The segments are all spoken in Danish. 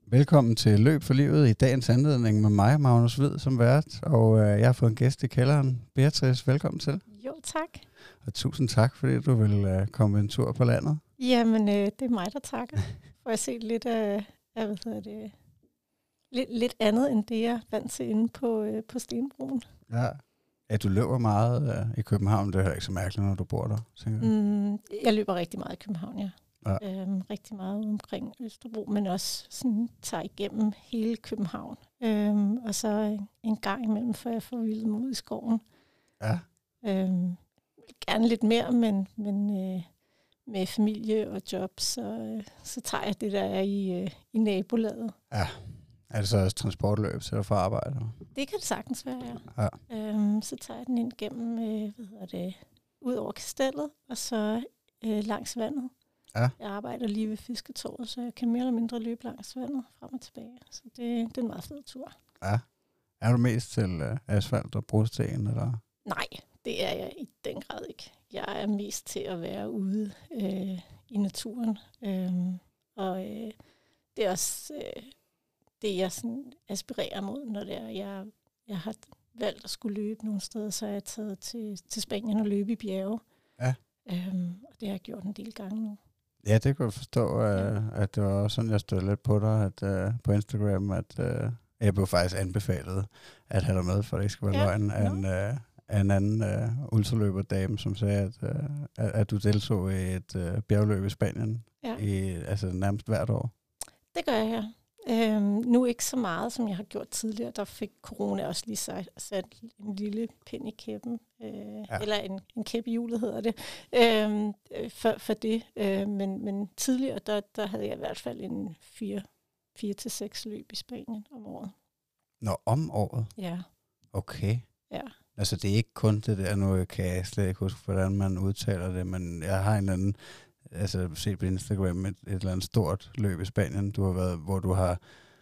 Velkommen til Løb for Livet i dagens anledning med mig, Magnus Hvid, som vært. Og jeg har fået en gæst i kælderen. Beatrice, velkommen til. Jo, tak. Og tusind tak, fordi du vil komme en tur på landet. Jamen, det er mig, der takker. For at se lidt af lidt andet, end det, jeg er vant til inde på Stenbroen. Ja, du løber meget i København. Det er ikke så mærkeligt, når du bor der, tænker jeg. Jeg løber rigtig meget i København, ja. Rigtig meget omkring Østerbro, men også sådan tager igennem hele København. Og så en gang imellem, før jeg får vildt mig ud i skoven. Ja. Gerne lidt mere, men med familie og job, så tager jeg det, der er i nabolaget. Ja. Er det så også transportløb til at få arbejde? Det kan det sagtens være, ja. Så tager jeg den ind gennem, ud over kastellet, og så langs vandet. Ja. Jeg arbejder lige ved Fisketorvet, så jeg kan mere eller mindre løbe langs vandet frem og tilbage. Så det er en meget fed tur. Ja. Er du mest til asfalt og brosten, eller? Nej, det er jeg i den grad ikke. Jeg er mest til at være ude i naturen. Det er også det, jeg sådan aspirerer mod, når det er, jeg har valgt at skulle løbe nogle steder, så er jeg taget til Spanien og løbe i bjerge. Ja. Og det har jeg gjort en del gange nu. Ja, det kan jeg forstå, at det var sådan, jeg stod lidt på dig på Instagram, at jeg blev faktisk anbefalet at have dig med, for det ikke skal være løgn, af en anden ultraløberdame, som sagde, at du deltog i et bjergløb i Spanien, nærmest hvert år. Det gør jeg, ja. Nu ikke så meget, som jeg har gjort tidligere. Der fik corona også lige sat en lille pind i kæppen. Eller en kæp i hjulet hedder det. For det. Men tidligere, der havde jeg i hvert fald en 4-6 løb i Spanien om året. Nå, om året? Ja. Okay. Ja. Altså, det er ikke kun det der, nu kan jeg slet ikke huske, hvordan man udtaler det, men jeg har en anden, altså set på Instagram et eller andet stort løb i Spanien, du har været, hvor du har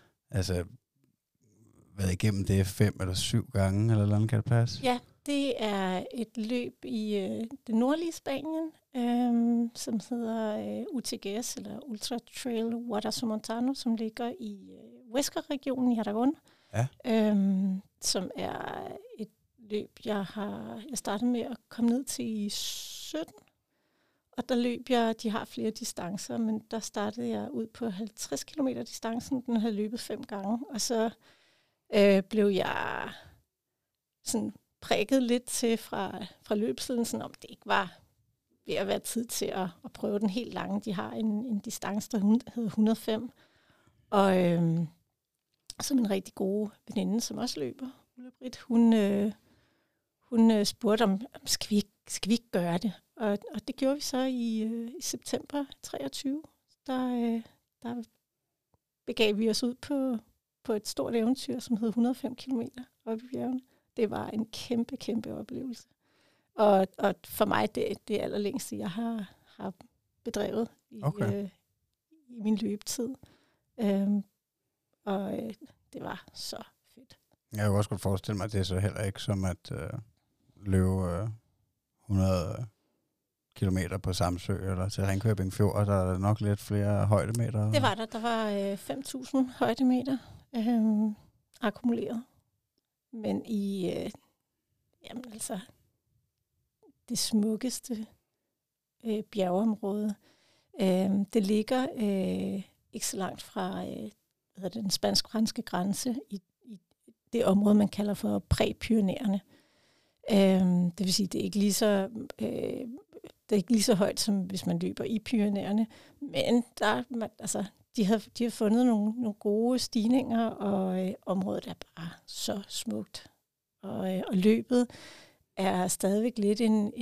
været igennem det 5 eller 7 gange, eller andet, kan det passe? Ja, det er et løb i det nordlige Spanien, som hedder UTGS, eller Ultra Trail Guadalajara, som ligger i Huesca-regionen i Aragon, som er et løb, jeg startede med at komme ned til i 17. Og der løb jeg, de har flere distancer, men der startede jeg ud på 50 km distancen. Den havde løbet 5 gange, og så blev jeg sådan prikket lidt til fra løbsiden, sådan om det ikke var ved at være tid til at prøve den helt lange. De har en distance, der hedder 105. Og så min rigtig gode veninde, som også løber, Ulla Britt, hun spurgte om, skal vi ikke gøre det? Og det gjorde vi så i september 23. Der begav vi os ud på et stort eventyr, som hed 105 km oppe i bjergene. Det var en kæmpe, kæmpe oplevelse. Og for mig, det allerlængste, jeg har bedrevet i min løbetid. Det var så fedt. Jeg kan også godt forestille mig, at det er så heller ikke som at løbe 100 kilometer på Samsø eller til Ringkøbing Fjord. Der er nok lidt flere højdemeter. Det var der. Der var 5.000 højdemeter akkumuleret. Men i det smukkeste bjergeområde. Det ligger ikke så langt fra den spansk-franske grænse i det område, man kalder for Præpyrenæerne. Det vil sige, det er ikke lige så højt, som hvis man løber i Pyrenæerne, men de har fundet nogle gode stigninger, og området er bare så smukt. Og løbet er stadigvæk lidt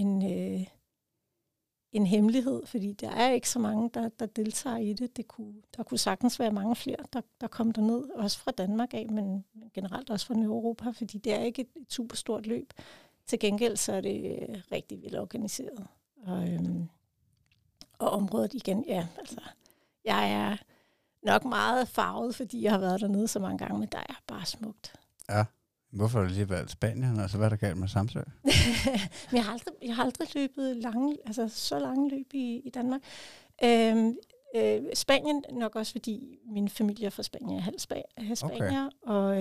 en hemmelighed, fordi der er ikke så mange, der deltager i det. Der kunne sagtens være mange flere, der kom derned, også fra Danmark af, men generelt også fra Europa, fordi det er ikke et super stort løb. Til gengæld så er det rigtig velorganiseret. Og området igen, jeg er nok meget farvet, fordi jeg har været dernede så mange gange, men der er bare smukt. Ja, hvorfor har du lige valgt Spanien? Altså, hvad er der galt med Samsø? Men jeg har aldrig løbet så lange løb i Danmark. Spanien nok også, fordi min familie er fra Spanien, jeg er halv spanier, og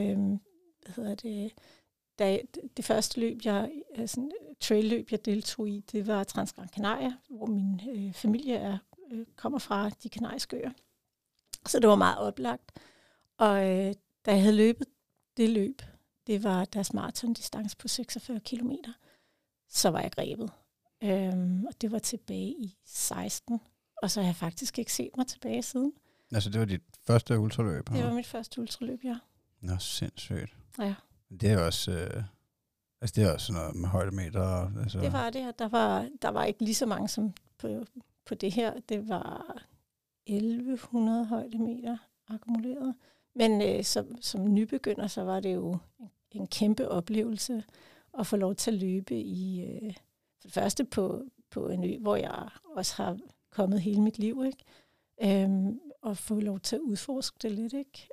det første løb, trailløb, jeg deltog i, det var Transgran Canaria, hvor min familie kommer fra de kanariske øer. Så det var meget oplagt. Og da jeg havde løbet det løb, det var deres maratondistance på 46 kilometer, så var jeg grebet. Og det var tilbage i 16, og så har jeg faktisk ikke set mig tilbage siden. Altså det var dit første ultraløb? Det var mit første ultraløb, ja. Nå, sindssygt. Ja. Det er jo også, det er også sådan noget med højdemeter. Altså. Det var det, og der var ikke lige så mange som på det her. Det var 1100 højdemeter akkumuleret. Men som nybegynder, så var det jo en kæmpe oplevelse at få lov til at løbe i, for det første på en ø, hvor jeg også har kommet hele mit liv, ikke? Og få lov til at udforske det lidt, ikke?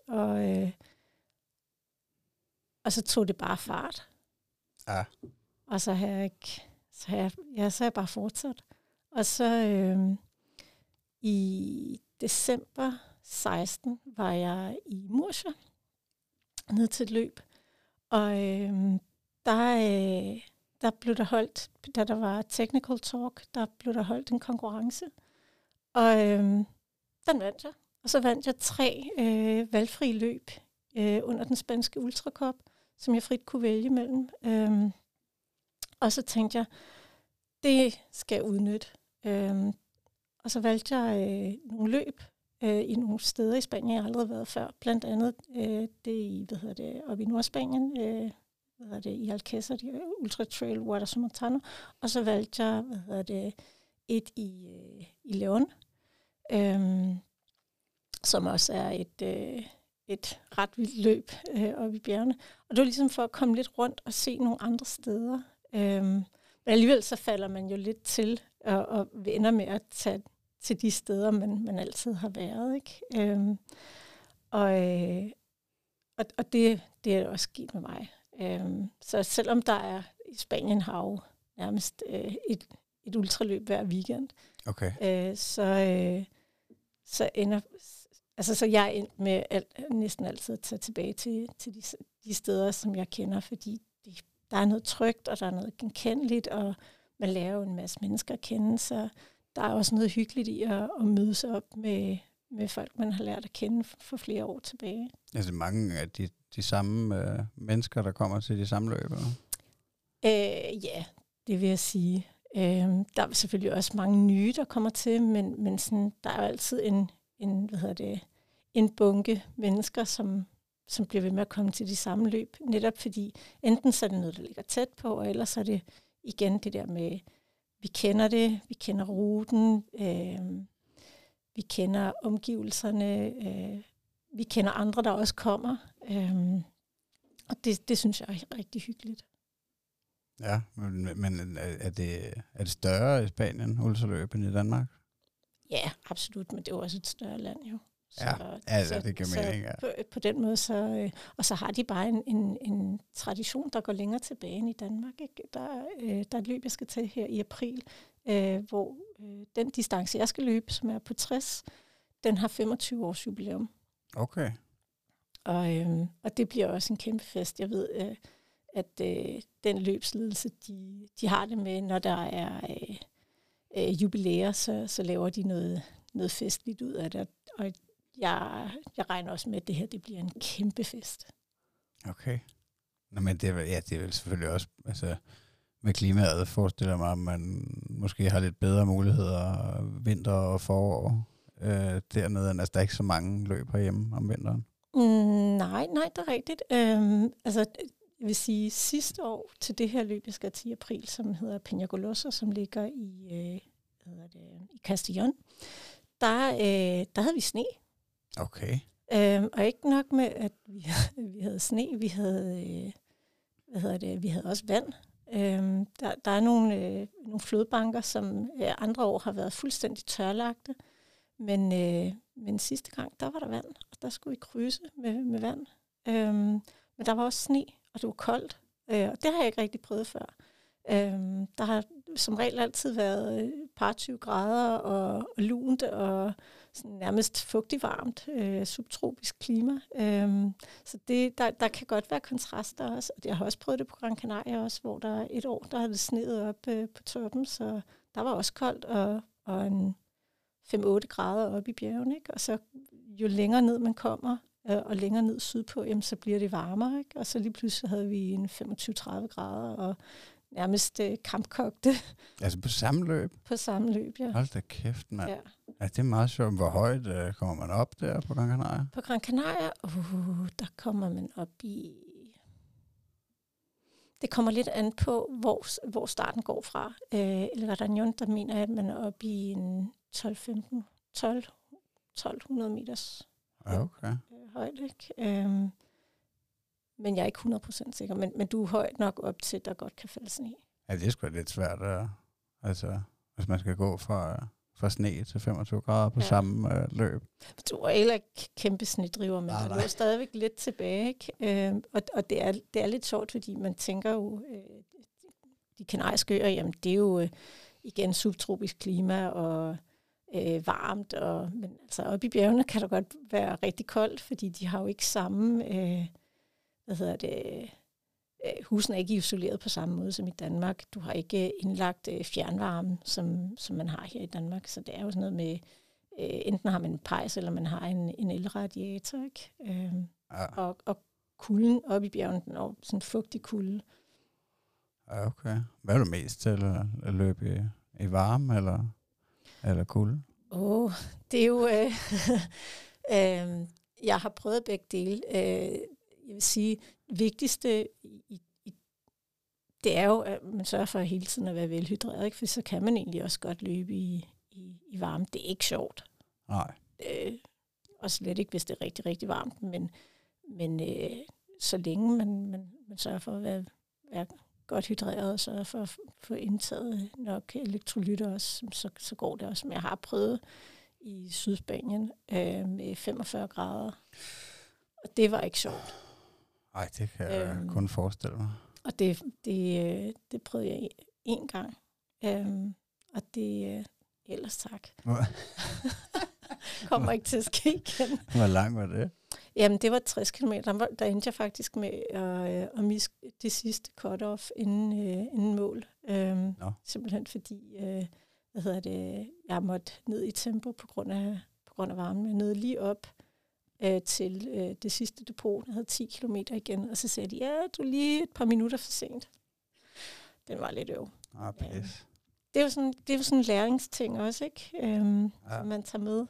Og så tog det bare fart. Ja. Og så har jeg bare fortsat. Og så i december 16 var jeg i Murcia, ned til et løb. Og der blev der holdt, da der var technical talk, der blev der holdt en konkurrence. Og den vandt jeg. Og så vandt jeg 3 valgfri løb under den spanske Ultra Cup, som jeg frit kunne vælge mellem. Og så tænkte jeg, det skal jeg udnytte. Og så valgte jeg nogle løb i nogle steder i Spanien, jeg har aldrig været før. Blandt andet det i, oppe i Nordspanien, i Alcázar, Ultra Trail Guadalajara. Og så valgte jeg, et i León, som også er et ret vildt løb oppe i bjergene. Og det var ligesom for at komme lidt rundt og se nogle andre steder. Men alligevel så falder man jo lidt til og ender med at tage til de steder, man altid har været, ikke? Og det er også sket med mig. Så selvom der er i Spanien har jo nærmest et ultraløb hver weekend, okay. Så jeg er endt med næsten altid at tage tilbage til de steder, som jeg kender, fordi der er noget trygt, og der er noget genkendeligt, og man lærer jo en masse mennesker at kende, så der er også noget hyggeligt i at mødes op med folk, man har lært at kende for flere år tilbage. Altså mange af de samme mennesker, der kommer til de samme løb? Ja, det vil jeg sige. Der er selvfølgelig også mange nye, der kommer til, men sådan, der er jo altid en bunke mennesker, som bliver ved med at komme til de samme løb. Netop fordi, enten så er det noget, der ligger tæt på, og ellers er det igen det der med, vi kender det, vi kender ruten, vi kender omgivelserne, vi kender andre, der også kommer. Og det synes jeg er rigtig hyggeligt. Ja, men er det større i Spanien, ultraløb, end i Danmark? Ja, absolut, men det er jo også et større land jo. Så det giver mening, ja. På den måde, og så har de bare en tradition, der går længere tilbage end i Danmark. Ikke? Der er et løb, jeg skal til her i april, hvor den distance, jeg skal løbe, som er på 60, den har 25 års jubilæum. Okay. Og det bliver også en kæmpe fest. Jeg ved, at den løbsledelse, de har det med, når der er jubilæer, så laver de noget festligt ud af det. Og jeg regner også med, at det her det bliver en kæmpe fest. Okay. Nå, men det er vel selvfølgelig også, altså med klimaet forestiller mig, at man måske har lidt bedre muligheder vinter og forår dernede, end altså der er ikke så mange løb herhjemme om vinteren. Nej, det er rigtigt. Jeg vil sige, sidste år til det her løb, jeg skal til i april, som hedder Peñagolosa, som ligger i Castellón, der havde vi sne. Okay. Og ikke nok med, at vi havde sne, vi havde også vand. Der er nogle flodbanker, som andre år har været fuldstændig tørlagte, men sidste gang, der var der vand, og der skulle vi krydse med vand. Men der var også sne, og det var koldt, og det har jeg ikke rigtig prøvet før. Der har som regel altid været par 20 grader og lunt, og sådan nærmest fugtigt varmt, subtropisk klima. Så der kan godt være kontraster også. Og jeg har også prøvet det på Gran Canaria også, hvor der et år, der havde det sneet op på toppen, så der var også koldt og en 5-8 grader oppe i bjergene, ikke? Og så jo længere ned man kommer, og længere ned sydpå, jamen, så bliver det varmere, ikke? Og så lige pludselig havde vi en 25-30 grader, og nærmest kampkogte. Altså på samme løb? På samme løb, ja. Hold da kæft, mand. Ja. Ja, det er meget sjovt. Hvor højt kommer man op der på Gran Canaria? På Gran Canaria, der kommer man op i... Det kommer lidt an på, hvor starten går fra. El Garañón, der mener jeg, at man er oppe i en 1200 meters okay. højde, ikke? Men jeg er ikke 100% sikker. Men du er højt nok op til, at der godt kan falde sne. Ja, det er sgu lidt svært, altså, hvis man skal gå fra sne til 25 grader på samme løb. Du er heller ikke kæmpe snedriver, men der er stadigvæk lidt tilbage, ikke? Og det er lidt sjovt, fordi man tænker jo, de kanariske øer, jamen det er jo igen subtropisk klima og varmt, men altså oppe i bjergene kan det godt være rigtig koldt, fordi de har jo ikke samme, husene er ikke isoleret på samme måde som i Danmark. Du har ikke indlagt fjernvarme, som man har her i Danmark, så det er jo sådan noget med, enten har man en pejs, eller man har en elradiator, ikke? Og kulden oppe i bjergene, den er sådan fugtig kulde. Ja, okay. Hvad er du mest til at løbe i varme eller kulde? Det er jo... jeg har prøvet begge dele. Jeg vil sige, det vigtigste det er jo, at man sørger for hele tiden at være velhydreret, ikke? For så kan man egentlig også godt løbe i varme. Det er ikke sjovt. Nej. Og slet ikke, hvis det er rigtig, rigtig varmt. Men så længe man sørger for at være godt hydreret og sørger for at få indtaget nok elektrolytter også, så går det også. Men jeg har prøvet i Sydspanien med 45 grader. Og det var ikke sjovt. Nej, det kan jeg kun forestille mig. Og det prøvede jeg en gang. Og det ellers tak. Kommer ikke til at ske igen. Hvor langt var det? Jamen, det var 60 km. Der endte jeg faktisk med at misse det sidste cut-off inden mål. Simpelthen fordi, jeg måtte ned i tempo på grund af varmen. Jeg nåede lige op til det sidste depot. Jeg havde 10 kilometer igen, og så sagde de, ja, du er lige et par minutter for sent. Den var lidt øv. Det er jo sådan en læringsting også, ikke? Som man tager med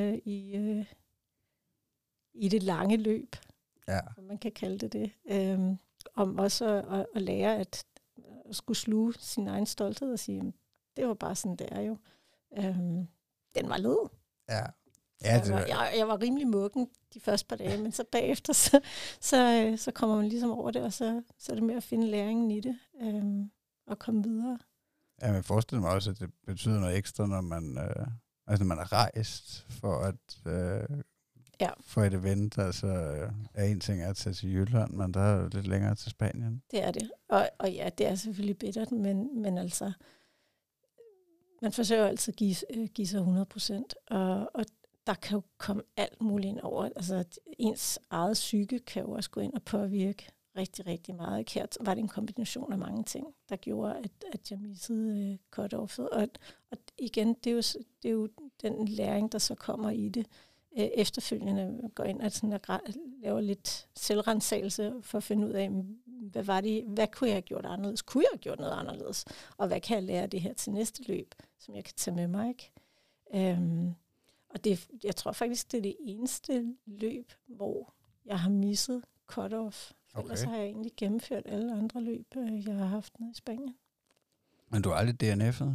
i det lange løb, som man kan kalde det. Om også at lære at skulle sluge sin egen stolthed og sige, det var bare sådan, det er jo. Den var led. Ja. Jeg var rimelig muggen de første par dage, men så bagefter, så kommer man ligesom over det, og så er det med at finde læringen i det, og komme videre. Ja, men jeg forestiller mig også, at det betyder noget ekstra, når man er rejst for at få et event. Altså, en ting er at tage til Jylland, men der er jo lidt længere til Spanien. Det er det. Og ja, det er selvfølgelig bittert, men altså, man forsøger altid at give sig 100%, og der kan jo komme alt muligt ind over. Altså, ens eget psyke kan jo også gå ind og påvirke rigtig, rigtig meget. Her var det en kombination af mange ting, der gjorde, at jeg missede cut-offet. Og igen, det er jo den læring, der så kommer i det. Efterfølgende går ind og laver lidt selvrensagelse for at finde ud af, hvad kunne jeg have gjort anderledes? Kunne jeg have gjort noget anderledes? Og hvad kan jeg lære det her til næste løb, som jeg kan tage med mig? Ikke? Og jeg tror faktisk, det er det eneste løb, hvor jeg har misset cut-off. Okay. Ellers har jeg egentlig gennemført alle andre løb, jeg har haft nede i Spanien. Men du har aldrig DNF'et?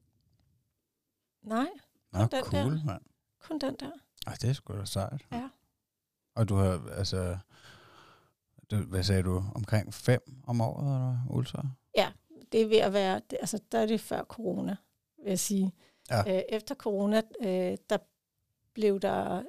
Nej. Cool, mand. Kun den der. Ej, det er sgu da sejt. Ja. Og du har, altså, hvad sagde du, omkring 5 om året, eller ultra? Ja, det er ved at være, der er det før corona, vil jeg sige. Ja. Efter corona, der blev der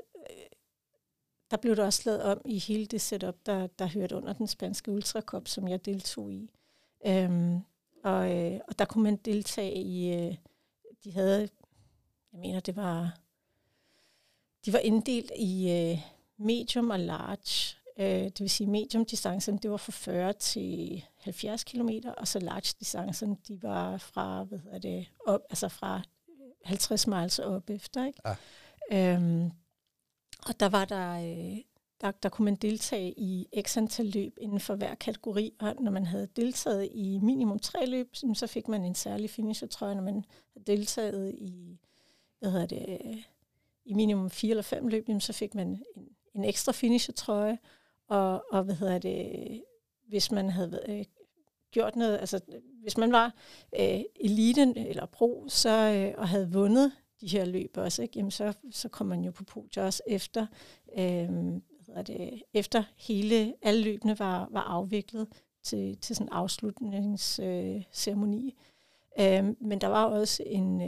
også lavet om i hele det setup, der hørte under den spanske Ultra Cup, som jeg deltog i. Og der kunne man deltage i, de havde, jeg mener det var de var inddelt i medium og large. Det vil sige, medium-distancen, det var fra 40 til 70 kilometer, og så large-distancen, de var fra, op, altså fra 50 miles op efter, ikke? Og der var der kunne man deltage i x antal løb inden for hver kategori, og når man havde deltaget i minimum 3 løb, så fik man en særlig finishertrøje. Når man havde deltaget i, i minimum 4 eller 5 løb, så fik man en ekstra finishertrøje, og hvis man havde gjort noget, altså hvis man var eliten eller pro, så og havde vundet de her løb også, ikke? Jamen så kom man jo på podiet også efter, efter alle løbene var afviklet til sådan en afslutningsceremoni. Men der var også en,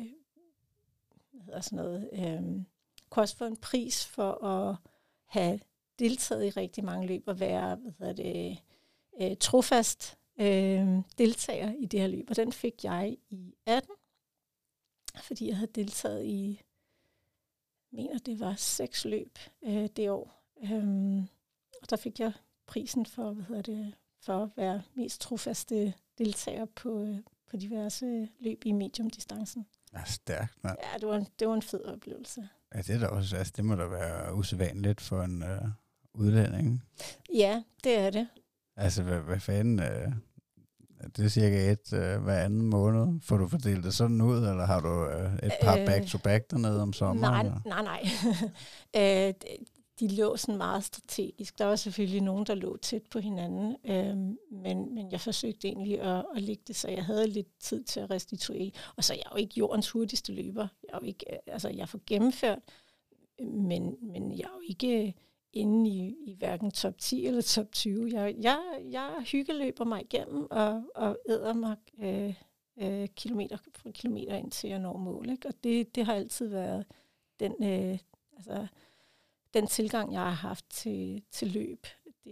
kunne også få en pris for at have deltaget i rigtig mange løb og være, trofast deltager i det her løb. Og den fik jeg i 18, fordi jeg havde deltaget i, mener det var 6 løb det år. Og der fik jeg prisen for, for at være mest trofaste deltager på diverse løb i mediumdistancen. Ja, stærkt, mand. Ja, det var en fed oplevelse. Ja, det er da også, altså det må da være usædvanligt for en udlænding. Ja, det er det. Altså, hvad fanden... det er cirka hver anden måned. Får du fordelt det sådan ud, eller har du et par back-to-back dernede om sommeren? Nej. De lå sådan meget strategisk. Der var selvfølgelig nogen, der lå tæt på hinanden, men jeg forsøgte egentlig at lægge det, så jeg havde lidt tid til at restituere. Og så er jeg jo ikke jordens hurtigste løber. Jeg får gennemført, men jeg er jo ikke inde i hverken top 10 eller top 20. Jeg hyggeløber mig igennem og æder mig kilometer for kilometer, indtil jeg når mål. Ikke? Og det har altid været den tilgang, jeg har haft til løb.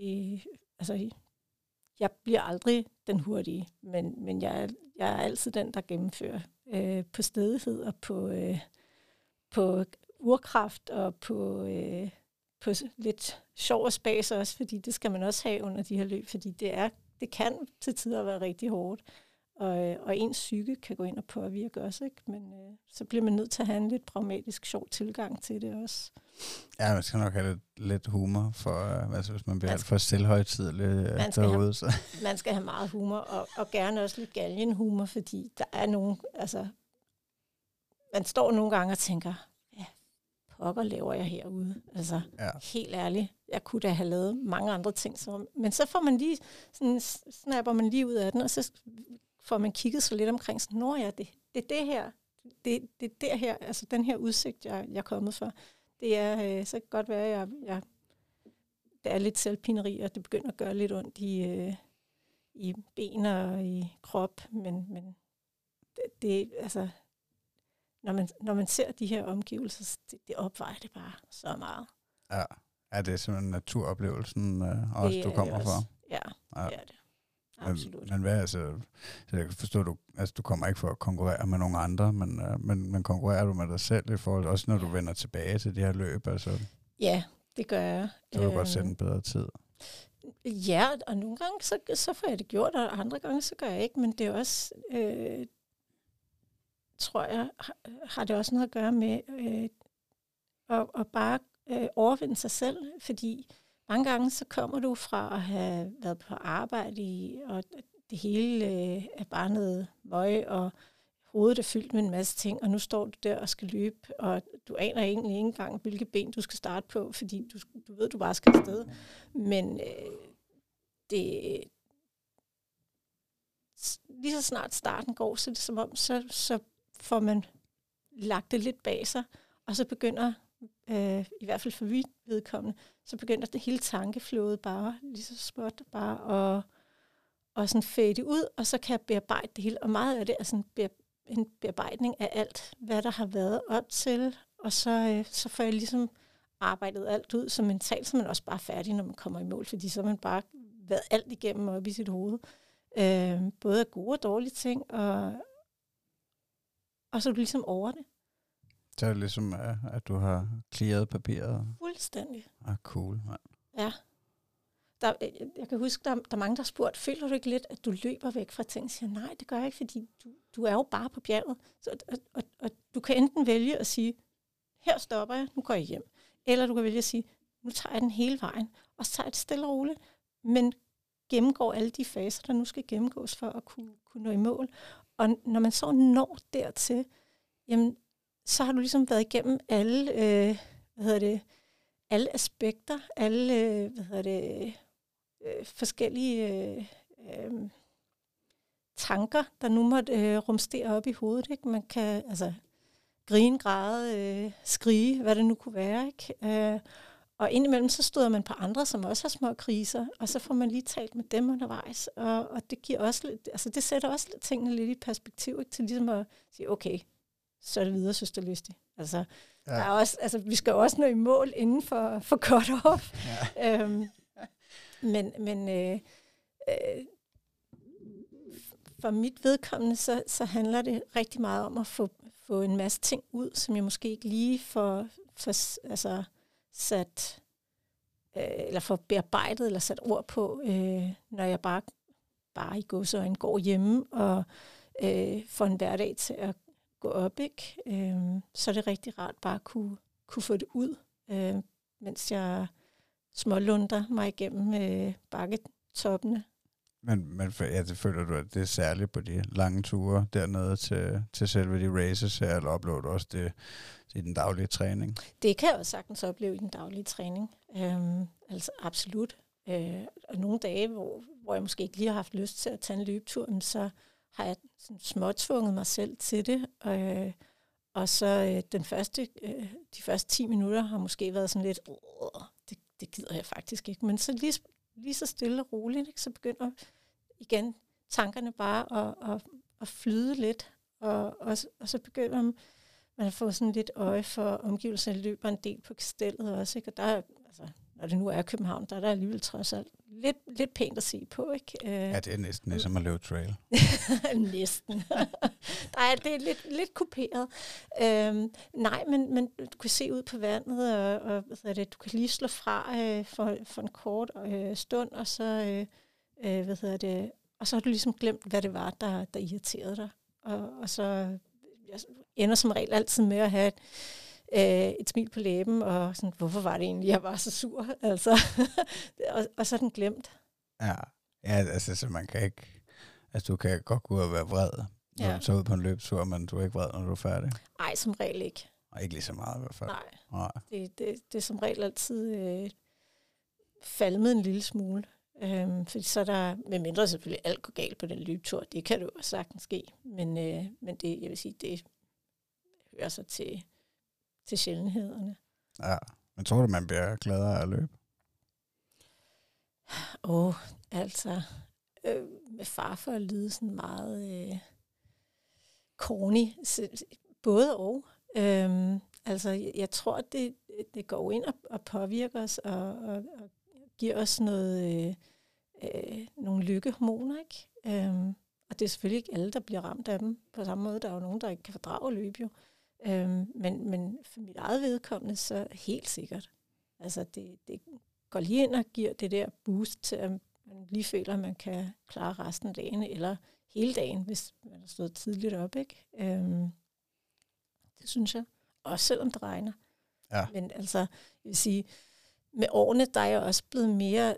Jeg bliver aldrig den hurtige, men jeg er altid den, der gennemfører på stædighed og på urkraft og på lidt sjov og spas også, fordi det skal man også have under de her løb, fordi det kan til tider være rigtig hårdt, og ens psyke kan gå ind og påvirke også, ikke? Men så bliver man nødt til at have en lidt pragmatisk, sjov tilgang til det også. Ja, man skal nok have lidt humor, for hvis man bliver alt for selvhøjtidlig derude. Så. Man skal have meget humor, og gerne også lidt galgenhumor, fordi der er nogen, man står nogle gange og tænker, pokker laver jeg herude. Helt ærligt, jeg kunne da have lavet mange andre ting. Men så får man lige, sådan snapper man lige ud af den, og så får man kigget så lidt omkring, sådan, det er det her, det er der her, altså den her udsigt, jeg er kommet for. Det er, så kan godt være, at det er lidt selvpineri, og det begynder at gøre lidt ondt i ben og i krop, men det når man ser de her omgivelser, det opvejer det bare så meget. Ja, er det simpelthen naturoplevelsen også, du kommer fra? Ja, det er det. Absolut. Men hvad, så jeg kan forstå, du kommer ikke for at konkurrere med nogle andre, men konkurrerer du med dig selv i forhold, også når du vender tilbage til de her løb? Altså, ja, det gør jeg. Så kan du godt sætte en bedre tid. Ja, og nogle gange så får jeg det gjort, og andre gange så gør jeg ikke, men det er også... tror jeg, har det også noget at gøre med at bare overvinde sig selv, fordi mange gange så kommer du fra at have været på arbejde og det hele er bare noget møg, og hovedet er fyldt med en masse ting, og nu står du der og skal løbe, og du aner egentlig ikke engang, hvilke ben du skal starte på, fordi du ved, du bare skal afsted. Men lige så snart starten går, så er det som om, så får man lagt det lidt bag sig, og så begynder, i hvert fald for vidt vedkommende, så begynder det hele tankeflådet bare, lige så småt, bare og sådan fade ud, og så kan jeg bearbejde det hele, og meget af det er sådan en bearbejdning af alt, hvad der har været op til, og så får jeg ligesom arbejdet alt ud, så mentalt så er man også bare færdig, når man kommer i mål, fordi så har man bare været alt igennem op i sit hoved. Både gode og dårlige ting, og så er du ligesom over det. Så er det ligesom, at du har clearet papiret. Fuldstændig. Cool, man. Ja. Jeg kan huske, der er mange, der har spurgt, føler du ikke lidt, at du løber væk fra ting? Jeg siger, nej, det gør jeg ikke, fordi du er jo bare på bjerget. Så, og du kan enten vælge at sige, her stopper jeg, nu går jeg hjem. Eller du kan vælge at sige, nu tager jeg den hele vejen, og så tager jeg det stille og roligt, men gennemgår alle de faser, der nu skal gennemgås for at kunne nå i mål. Og når man så når dertil, jamen, så har du ligesom været igennem alle, alle aspekter, alle, forskellige tanker, der nu måtte rumstere op i hovedet. Ikke? Man kan grine, græde, skrige, hvad det nu kunne være. Ikke? Og indimellem så støder man på andre, som også har små kriser, og så får man lige talt med dem undervejs. Og det giver også lidt, det sætter også tingene lidt i perspektiv, ikke? Til ligesom at sige, okay, så er det videre, søsterlistig. Der er også, vi skal også nå i mål inden for cut-off. Ja. Men for mit vedkommende, så handler det rigtig meget om at få en masse ting ud, som jeg måske ikke lige får sat, eller får bearbejdet, eller sat ord på, når jeg bare i gåseøjne går hjemme, og får en hverdag til at gå op, ikke? Så er det rigtig rart bare at kunne få det ud, mens jeg smålunder mig igennem bakketoppene. Men det føler du, at det er særligt på de lange ture dernede til selve de races her, eller oplever du også det i den daglige træning? Det kan jeg også sagtens opleve i den daglige træning. Absolut. Og nogle dage, hvor jeg måske ikke lige har haft lyst til at tage en løbetur, så har jeg sådan småtvunget mig selv til det. Og så de første 10 minutter har måske været sådan lidt, det gider jeg faktisk ikke. Men så lige så stille og roligt, ikke? Så begynder igen tankerne bare at flyde lidt, og så begynder man at få sådan lidt øje for omgivelserne. Jeg løber en del på Kastellet også, ikke? Og der, når det nu er København, der er der alligevel trods alt lidt pænt at se på, ikke? Ja, det er næsten ligesom at løbe trail. Næsten. Det er lidt kuperet. Nej, men du kan se ud på vandet, og du kan lige slå fra for en kort stund, og så og så har du ligesom glemt, hvad det var, der irriterede dig. Og så jeg ender som regel altid med at have et smil på læben, og sådan, hvorfor var det egentlig, jeg var så sur? Og så er den glemt. Ja, så man kan ikke, du kan godt gå ud og være vred, når du tager ud på en løbetur, men du er ikke vred, når du er færdig. Nej, som regel ikke. Og ikke lige så meget i hvert fald. Nej. Det er som regel altid falmet en lille smule. Fordi så er der, med mindre selvfølgelig alt går galt på den løbetur, det kan jo sagtens ske, men det, jeg vil sige, det hører sig til sjældenhederne. Ja, men tror du, man bliver gladere af at løbe? Med far for at lyde sådan meget corny, både og. Jeg tror, at det går ind og påvirker os, og giver os nogle lykkehormoner, ikke? Og det er selvfølgelig ikke alle, der bliver ramt af dem. På samme måde, der er jo nogen, der ikke kan fordrage løb jo. Men for mit eget vedkommende, så helt sikkert. Det går lige ind og giver det der boost til, at man lige føler, at man kan klare resten af dagen, eller hele dagen, hvis man har stået tidligt op, ikke? Det synes jeg. Også selvom det regner. Ja. Men jeg vil sige, med årene, der er jeg også blevet mere,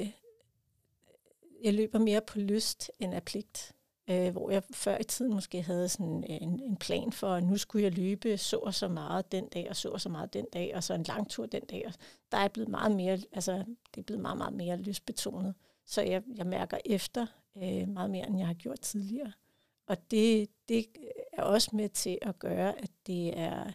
jeg løber mere på lyst end af pligt. Hvor jeg før i tiden måske havde sådan en plan for, at nu skulle jeg løbe så og så meget den dag, og så og så meget den dag, og så en lang tur den dag. Og der er blevet meget mere, det er blevet meget, meget mere lystbetonet. Så jeg mærker efter meget mere, end jeg har gjort tidligere. Og det er også med til at gøre, at det er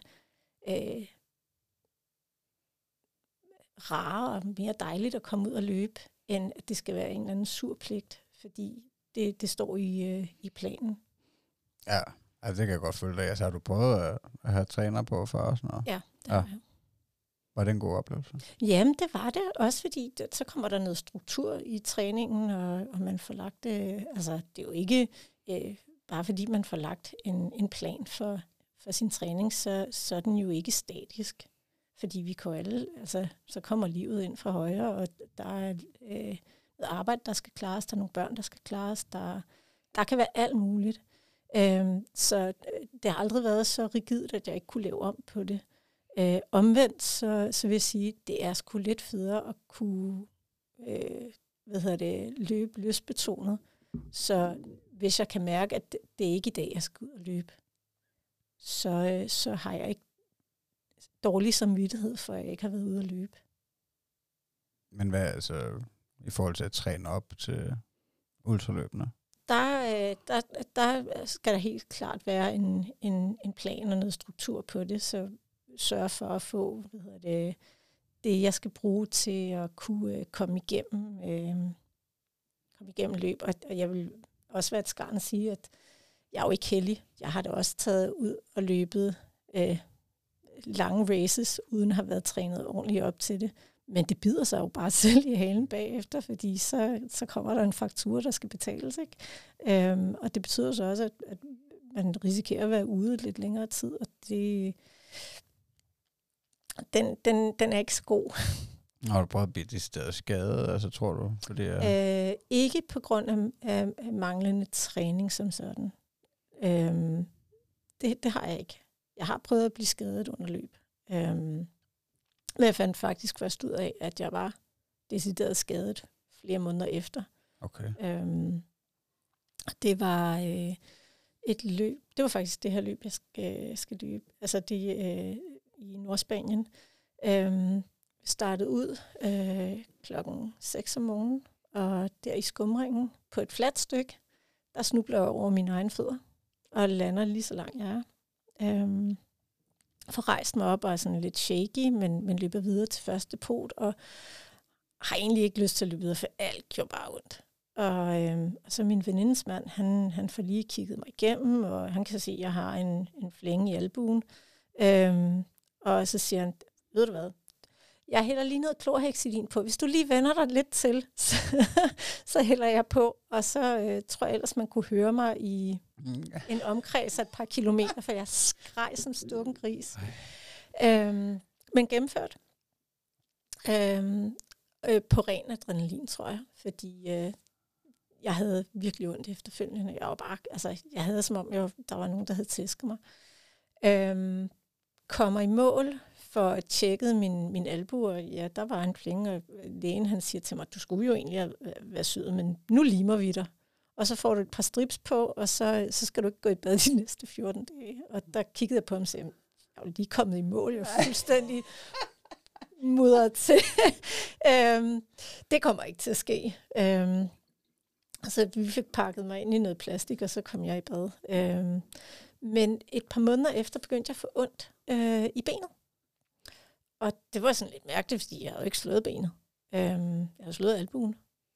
rarere og mere dejligt at komme ud og løbe, end at det skal være en eller anden sur pligt, fordi det står i planen. Ja, det kan jeg godt følge dig. Har du prøvet at have træner på for os? Ja, det har jeg. Var det en god oplevelse? Jamen, det var det. Også fordi, så kommer der noget struktur i træningen, og man får lagt det. Det er jo ikke bare fordi, man får lagt en plan for for sin træning, så er den jo ikke statisk. Fordi vi kan alle, altså, så kommer livet ind fra højre, og der er noget arbejde, der skal klares, der er nogle børn, der skal klares, der kan være alt muligt. Så det har aldrig været så rigidt, at jeg ikke kunne lave om på det. Omvendt, så vil jeg sige, det er sgu lidt federe at kunne løbe lystbetonet. Så hvis jeg kan mærke, at det er ikke i dag, jeg skal ud og løbe, så har jeg ikke dårlig samvittighed for, at jeg ikke har været ude at løbe. Men hvad altså i forhold til at træne op til ultraløbende? Der skal der helt klart være en plan og noget struktur på det, så sørge for at få det, jeg skal bruge til at kunne komme igennem løb. Og jeg vil også være et skarn at sige, at jeg er jo ikke heldig. Jeg har da også taget ud og løbet lange races, uden at have været trænet ordentligt op til det. Men det bider sig jo bare selv i halen bagefter, fordi så kommer der en faktura, der skal betales, ikke? Og det betyder så også, at man risikerer at være ude lidt længere tid, og den er ikke så god. Har du prøvet at blive det sted skadet, altså tror du? Fordi, ikke på grund af manglende træning som sådan. Det har jeg ikke. Jeg har prøvet at blive skadet under løb. Men jeg fandt faktisk først ud af, at jeg var decideret skadet flere måneder efter. Okay. Det var et løb. Det var faktisk det her løb, jeg skal løbe. Altså det i Nordspanien. Startede ud klokken 6 om morgenen, og der i skumringen på et fladt stykke, der snubler jeg over mine egne fødder, og lander lige så langt jeg er. Får rejst mig op og er sådan lidt shaky, men løber videre til første depot, og har egentlig ikke lyst til at løbe videre, for alt gjorde bare ondt. Og så min venindes mand, han får lige kigget mig igennem, og han kan se, at jeg har en flænge i albuen. Og så siger han, ved du hvad, jeg hælder lige noget klorhexidin på. Hvis du lige vender dig lidt til, så hælder jeg på. Og så tror jeg ellers, man kunne høre mig i en omkreds af et par kilometer, for jeg skreg som stukken gris. Men gennemført. På ren adrenalin, tror jeg. Fordi jeg havde virkelig ondt efterfølgende. Jeg havde som om, der var nogen, der havde tæsket mig. Kommer i mål for at tjekke min albue, og ja, der var en flænge, og lægen han siger til mig, du skulle jo egentlig være sød, men nu limer vi dig. Og så får du et par strips på, og så skal du ikke gå i bad de næste 14 dage. Og der kiggede jeg på ham og sagde, jeg er lige kommet i mål, jeg er fuldstændig mudret til. Det kommer ikke til at ske. Så vi fik pakket mig ind i noget plastik, og så kom jeg i bad. Men et par måneder efter begyndte jeg at få ondt i benet. Og det var sådan lidt mærkeligt, fordi jeg havde ikke slået benet. Jeg havde slået albuen.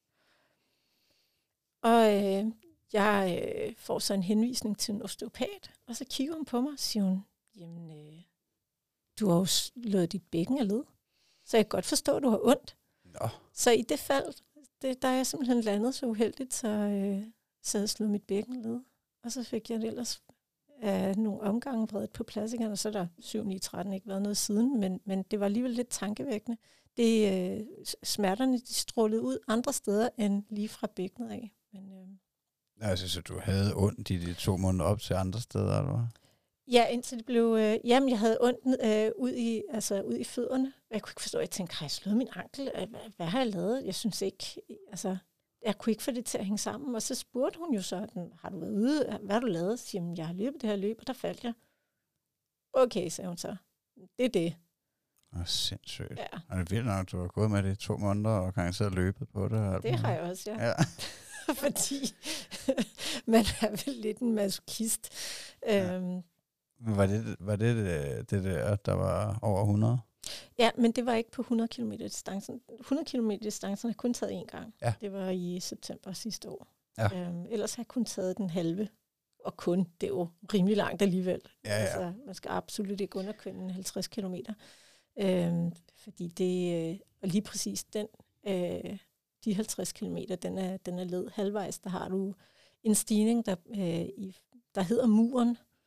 Og jeg får så en henvisning til en osteopat, og så kigger hun på mig og siger hun, jamen, du har jo slået dit bækken af led. Så jeg kan godt forstå, at du har ondt. Nå. Så i det fald, der er jeg simpelthen landet så uheldigt, så havde jeg slået mit bækken af led. Og så fik jeg det ellers nogle omgange vredet på plads igen, og så er der 7-9-13 ikke været noget siden, men det var alligevel lidt tankevækkende. Smerterne, de strålede ud andre steder, end lige fra bækkenet af. Men, altså, så du havde ondt i de 2 måneder op til andre steder, eller hvad? Ja, indtil det blev... jeg havde ondt ud i fødderne. Jeg kunne ikke forstå, jeg tænkte, har jeg slået min ankel? Hvad har jeg lavet? Jeg synes ikke... Altså, jeg kunne ikke få det til at hænge sammen. Og så spurgte hun jo sådan, har du været ude? Hvad har du lavet? Så siger jeg har løbet det her løb, og der faldt jeg. Okay, sagde hun så. Det er det. Sindssygt. Ja. Er det vildt nok, du har gået med det i 2 måneder, og garanteret løbet på det? Det har jeg også, ja. Ja. Fordi man er vel lidt en masochist. Ja. Var det der var over 100? Ja, men det var ikke på 100 km distancen. 100 km distancen har jeg kun taget 1 gang. Ja. Det var i september sidste år. Ja. Ellers har jeg kun taget den halve. Og kun, det er jo rimelig langt alligevel. Ja. Altså, man skal absolut ikke underkende 50 km. Fordi det, og lige præcis den, de 50 km, den er led halvvejs. Der har du en stigning, der hedder muren.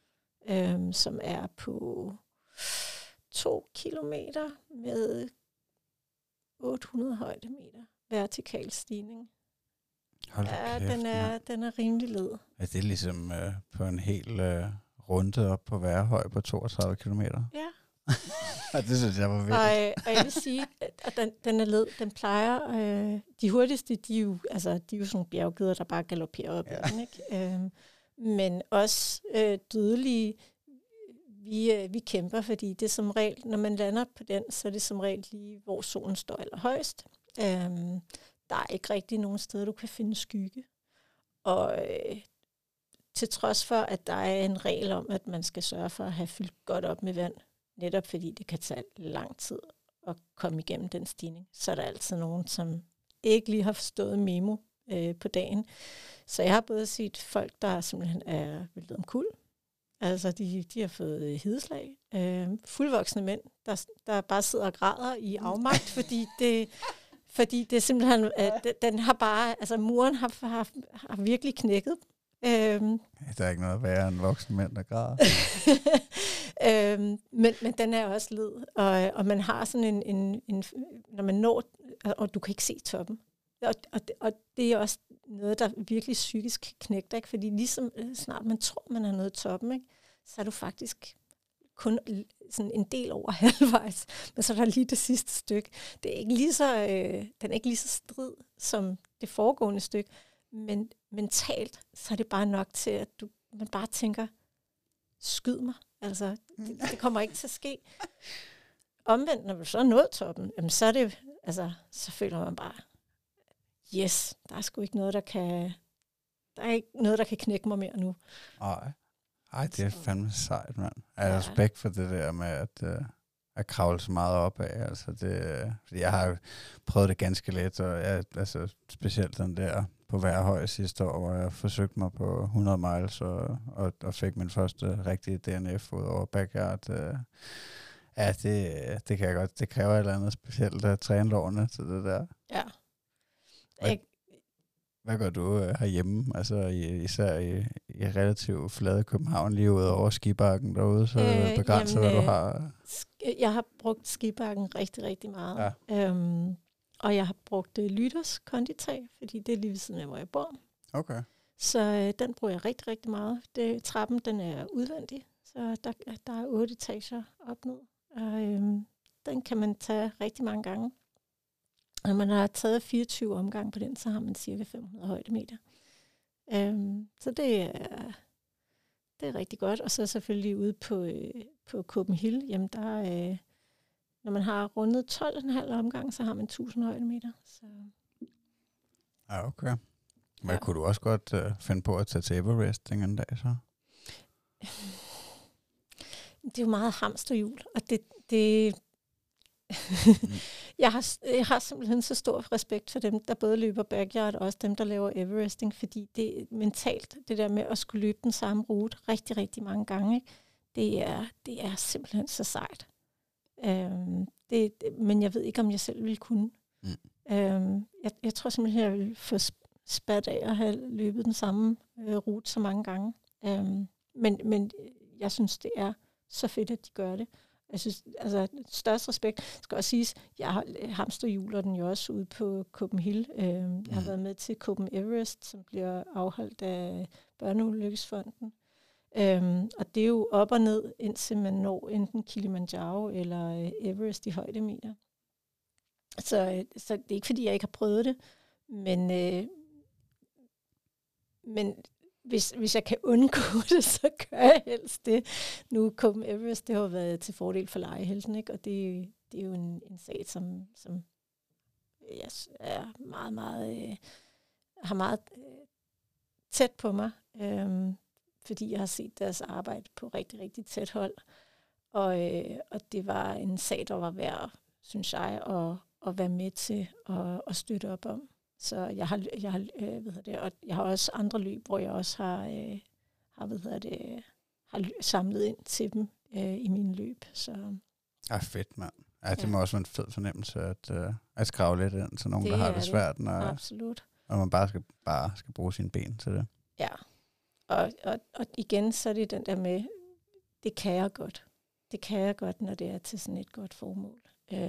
som er på 2 kilometer med 800 højdemeter vertikal stigning. Hold Ja, kæft, den er rimelig led. Er det ligesom på en hel runde op på Værhøj på 32 kilometer? Ja. Og det synes jeg var vildt. Og jeg vil sige, at den er led. Den plejer... de hurtigste, de er jo sådan nogle bjerggeder, der bare galopperer op. Ja. Den, ikke? Men også dødelige, vi kæmper, fordi det er som regel, når man lander på den, så er det som regel lige, hvor solen står allerhøjst. Der er ikke rigtig nogen steder, du kan finde skygge. Og til trods for, at der er en regel om, at man skal sørge for at have fyldt godt op med vand, netop fordi det kan tage lang tid at komme igennem den stigning, så er der altid nogen, som ikke lige har forstået memo på dagen. Så jeg har både set folk, der simpelthen er væltet omkuld. Altså, de har fået hedeslag. Fuldvoksne mænd, der bare sidder og græder i afmagt, fordi det simpelthen, den har bare, altså muren har virkelig knækket. Der er ikke noget værre end voksne mænd, der græder. Men den er også led, og man har sådan en når man når, og du kan ikke se toppen. Og det er også noget, der virkelig psykisk knækker, ikke? Fordi ligesom snart man tror, man er nået toppen, ikke? Så er du faktisk kun sådan en del over halvvejs, men så er der lige det sidste stykke. Det er ikke lige så, den er ikke lige så strid som det foregående stykke, men mentalt, så er det bare nok til, at man bare tænker, skyd mig. Altså, det kommer ikke til at ske. Omvendt, når du så er nået toppen, jamen, så er det, altså, så føler man bare, yes, der er sgu ikke noget, der kan knække mig mere nu. Ej, det er fandme sejt, mand. Jeg har respekt for det der med at kravle så meget op af. Altså fordi jeg har prøvet det ganske let, og altså specielt den der på Værhøj sidste år, hvor jeg forsøgte mig på 100 miles og fik min første rigtige DNF ud over backyard. Ja, det kan jeg godt. Det kræver et eller andet specielt at træne lårene til det der. Ja. Hvad gør du herhjemme? Altså især i relativt flade København, lige ud over skibakken derude, så begrænser, hvad du har? Jeg har brugt skibakken rigtig, rigtig meget. Ja. Og jeg har brugt Lytters konditag, fordi det er lige ved siden af, hvor jeg bor. Okay. Så den bruger jeg rigtig, rigtig meget. Trappen, den er udvendig, så der er 8 etager op ned. Og den kan man tage rigtig mange gange. Når man har taget 24 omgang på den, så har man cirka 500 højdemeter. Så det er rigtig godt. Og så selvfølgelig ude på Copenhagen, jamen der, når man har rundet 12,5 omgang, så har man 1000 højdemeter. Så. Ja, okay. Men kunne du også godt finde på at tage til Everest en dag så? Det er jo meget hamsterhjul, og det jeg har simpelthen så stor respekt for dem, der både løber backyard, og også dem, der laver Everesting, fordi det er mentalt, det der med at skulle løbe den samme rute rigtig, rigtig mange gange, ikke? Det er simpelthen så sejt. Men jeg ved ikke, om jeg selv ville kunne. Jeg tror simpelthen, jeg ville få spat af at have løbet den samme rute så mange gange. Men jeg synes, det er så fedt, at de gør det. Jeg synes, altså størst respekt skal også siges, jeg hamsterhjuler den jo også ude på Copenhagen. Jeg har været med til Copenhagen Everest, som bliver afholdt af Børneulykkesfonden. Og det er jo op og ned, indtil man når enten Kilimanjaro eller Everest i højdemeter. Så det er ikke, fordi jeg ikke har prøvet det, men hvis jeg kan undgå det, så gør jeg helst det. Nu Copenhagen Everest, det har været til fordel for lejehelten, ikke? Og det er jo en sag, som jeg er meget, meget, har meget tæt på mig, fordi jeg har set deres arbejde på rigtig, rigtig tæt hold. Og det var en sag, der var værd, synes jeg, at være med til at støtte op om. Så jeg har og jeg har også andre løb, hvor jeg også har samlet ind til dem i mine løb. Så. Fedt, mand. Ja, det må også være en fed fornemmelse at skrave lidt ind til nogen, der har det svært, absolut. Og man bare skal bruge sine ben til det. Ja, og igen, så er det den der med, det kan jeg godt. Det kan jeg godt, når det er til sådan et godt formål.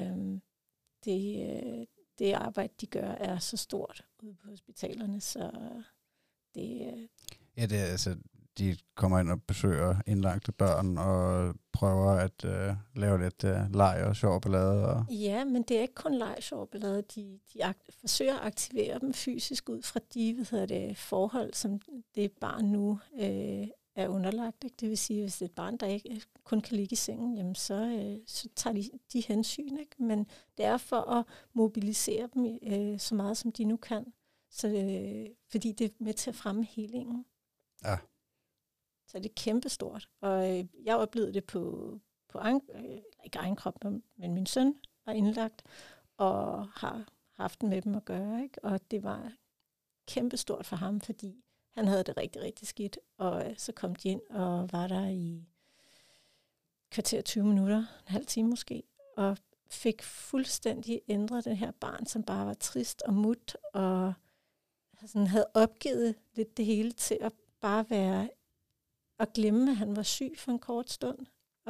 Det arbejde, de gør, er så stort ude på hospitalerne, så det... Ja, det er altså, de kommer ind og besøger indlagte børn og prøver at lave lidt leg og sjov ballade. Og... Ja, men det er ikke kun leg og sjov ballade. De forsøger at aktivere dem fysisk ud fra de forhold, som det barn nu er underlagt. Ikke? Det vil sige, hvis det er et barn, der ikke kun kan ligge i sengen, jamen så tager de hensyn. Ikke? Men det er for at mobilisere dem så meget, som de nu kan. Så, fordi det er med til at fremme helingen. Ja. Så det er kæmpestort. Og jeg oplevede det på ikke egen krop, men min søn var indlagt, og har haft med dem at gøre. Ikke? Og det var kæmpestort for ham, fordi han havde det rigtig, rigtig skidt. Og så kom de ind og var der i kvarter 20 minutter, en halv time måske, og fik fuldstændig ændret det her barn, som bare var trist og mut, og sådan havde opgivet lidt det hele til at bare være og glemme, at han var syg for en kort stund.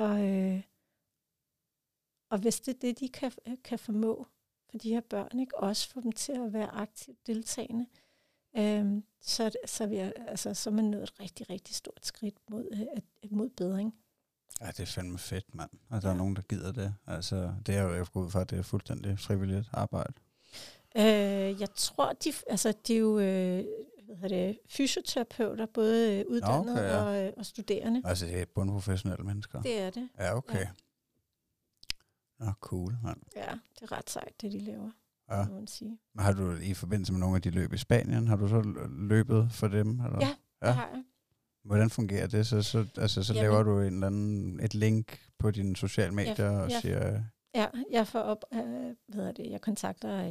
Og hvis det er det, de kan formå for de her børn, ikke? Også få dem til at være aktivt deltagende, så er man nået et rigtig, rigtig stort skridt mod bedring. Ja, det er fandme fedt, mand. Og der er nogen, der gider det. Altså, det er jo, jeg går ud fra, at det er fuldstændig frivilligt arbejde. Jeg tror, de er jo fysioterapeuter, både uddannede og studerende. Altså, det er bundprofessionelle mennesker? Det er det. Ja, okay. Nå, cool, mand. Ja, det er ret sejt, det de laver, må man sige. Men har du i forbindelse med nogle af de løb i Spanien, har du så løbet for dem? Eller? Ja, det har jeg. Hvordan fungerer det? Så laver du et link på dine sociale medier og siger... Ja, jeg får op, jeg kontakter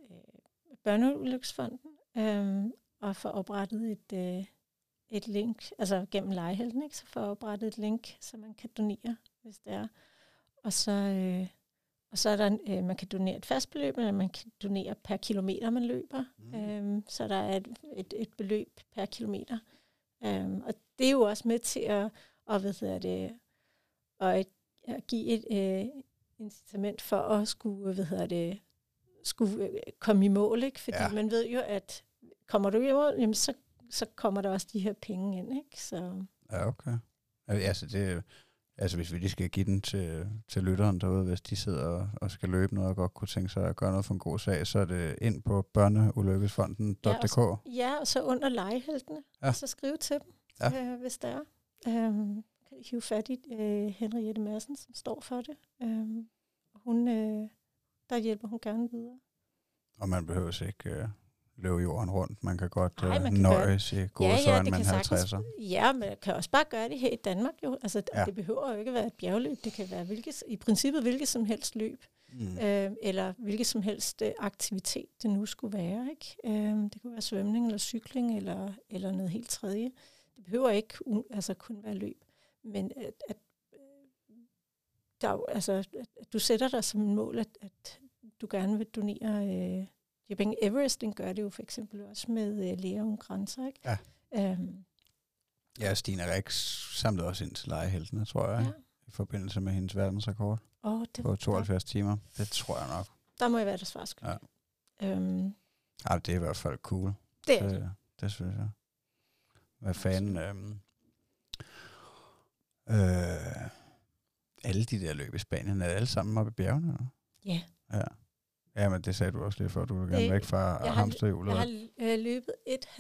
Børneulykkesfonden og får oprettet et link, altså gennem Legehelten, ikke? Så får jeg oprettet et link, så man kan donere, hvis det er. Og så er der, man kan donere et fast beløb, eller man kan donere per kilometer, man løber. Så der er et beløb per kilometer. Og det er jo også med til at give et incitament for at skulle komme i mål, ikke? Fordi man ved jo, at kommer du i mål, jamen så kommer der også de her penge ind, ikke? Så. Ja, okay. Altså hvis vi lige skal give den til lytteren derude, hvis de sidder og skal løbe noget og godt kunne tænke sig at gøre noget for en god sag, så er det ind på børneulykkesfonden.dk. Ja, og så under Legeheltene, og så skrive til dem, hvis der er. Kan hive fat i Henriette Madsen, som står for det. Der hjælper hun gerne videre. Og man behøver ikke løbe jorden rundt. Man kan godt nøjes i gåsøjne med en 50'er. Ja, men man kan også bare gøre det her i Danmark. Jo. Altså, det behøver jo ikke at være et bjergløb. Det kan være i princippet hvilket som helst løb. Eller hvilket som helst aktivitet, det nu skulle være. Ikke? Det kunne være svømning eller cykling eller noget helt tredje. Det behøver ikke kun være løb. Men at du sætter dig som en mål, at du gerne vil donere... Everesting gør det jo for eksempel også med Læger uden grænser, ikke? Ja. Stina Rex samlede også ind til Legeheltene, tror jeg, i forbindelse med hendes verdensrekord på 72 timer. Det tror jeg nok. Der må jeg være det svarskyld. Ja. Det er i hvert fald cool. Det synes jeg. Hvad fanden... alle de der løb i Spanien, er alle sammen oppe i bjergene? Eller? Ja. Ja, men det sagde du også lige før, du vil gerne væk fra hamsterhjulet. Jeg har løbet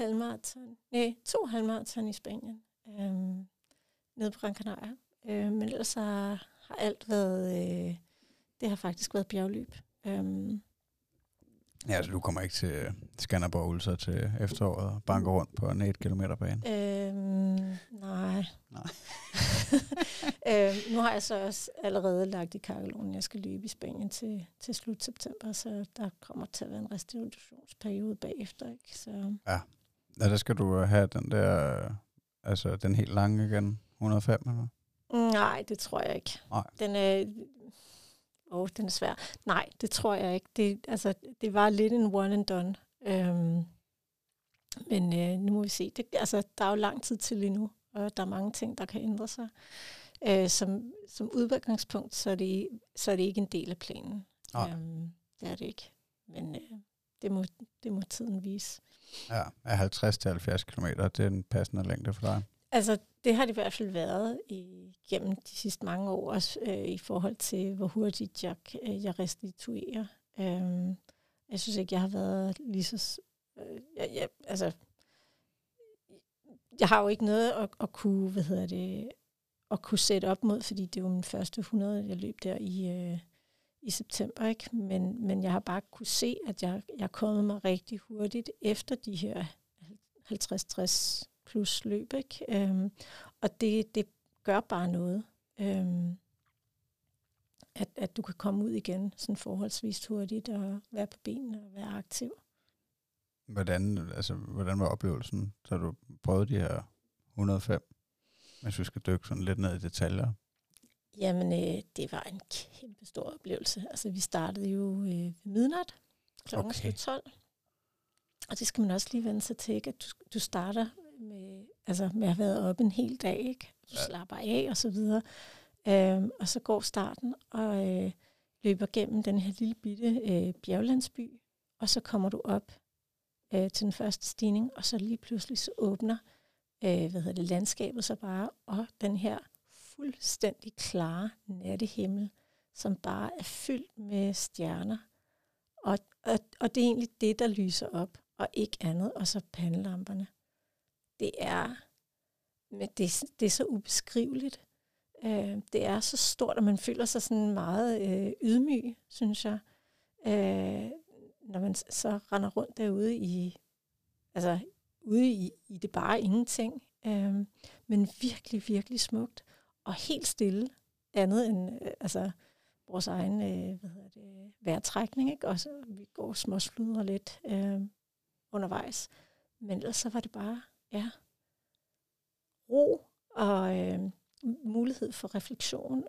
2 halvmarathon i Spanien, nede på Gran Canaria. Men ellers har alt været, det har faktisk været bjergløb. Ja, altså du kommer ikke til Skanderborg Ultra til efteråret og banker rundt på en 8 kilometer bane? Nej. Nu har jeg så også allerede lagt i kakkeloven, jeg skal løbe i Spanien til slut september, så der kommer til at være en restitutionsperiode bagefter. Ikke? Så. Ja, der skal du have den der, altså den helt lange igen, 105 eller? Nej, det tror jeg ikke. Nej. Den er svær. Nej, det tror jeg ikke. Det var lidt en one and done. Men nu må vi se. Der er jo lang tid til endnu, og der er mange ting, der kan ændre sig. Som udgangspunkt, så er det ikke en del af planen. Det er det ikke. Men det må tiden vise. Ja, er 50 til 70 km, det er en passende længde for dig? Altså, det har det i hvert fald været gennem de sidste mange år, også i forhold til, hvor hurtigt jeg restituerer. Jeg synes ikke, jeg har været lige så... jeg har jo ikke noget at kunne, at kunne sætte op mod, fordi det er jo min første 100, jeg løb der i september, ikke? Men jeg har bare kunne se, at jeg er kommet mig rigtig hurtigt efter de her 50-60 plus løb, ikke? Og det gør bare noget, at du kan komme ud igen sådan forholdsvis hurtigt og være på benene og være aktiv. Hvordan var oplevelsen, da du prøvede de her 105, hvis vi skal dykke sådan lidt ned i detaljer? Jamen, det var en kæmpe stor oplevelse. Altså, vi startede jo ved midnat, klokken 12. Og det skal man også lige vende sig til, ikke? At du starter med at have været oppe en hel dag, ikke? Du slapper af og så videre. Og så går starten og løber gennem den her lille bitte bjerglandsby, og så kommer du op til den første stigning, og så lige pludselig så åbner landskabet så bare, og den her fuldstændig klare nattehimmel, som bare er fyldt med stjerner. Og det er egentlig det, der lyser op, og ikke andet, og så pandelamperne. Det er så ubeskriveligt. Det er så stort, at man føler sig sådan meget ydmyg, synes jeg, når man så render rundt derude i det bare ingenting. Men virkelig, virkelig smukt. Og helt stille, andet end vores egen vejrtrækning, ikke? Og så vi går småsludrer lidt undervejs. Men ellers så var det bare, ro og mulighed for refleksion,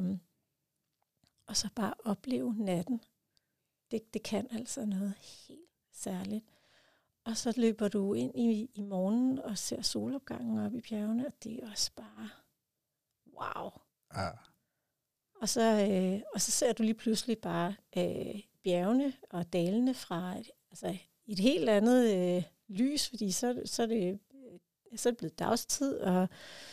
og så bare opleve natten. Det kan altså noget helt særligt. Og så løber du ind i morgenen og ser solopgangen op i bjergene, og det er også bare wow. Ja. Og så ser du lige pludselig bare bjergene og dalene fra et helt andet lys, fordi så er det blevet dagstid, og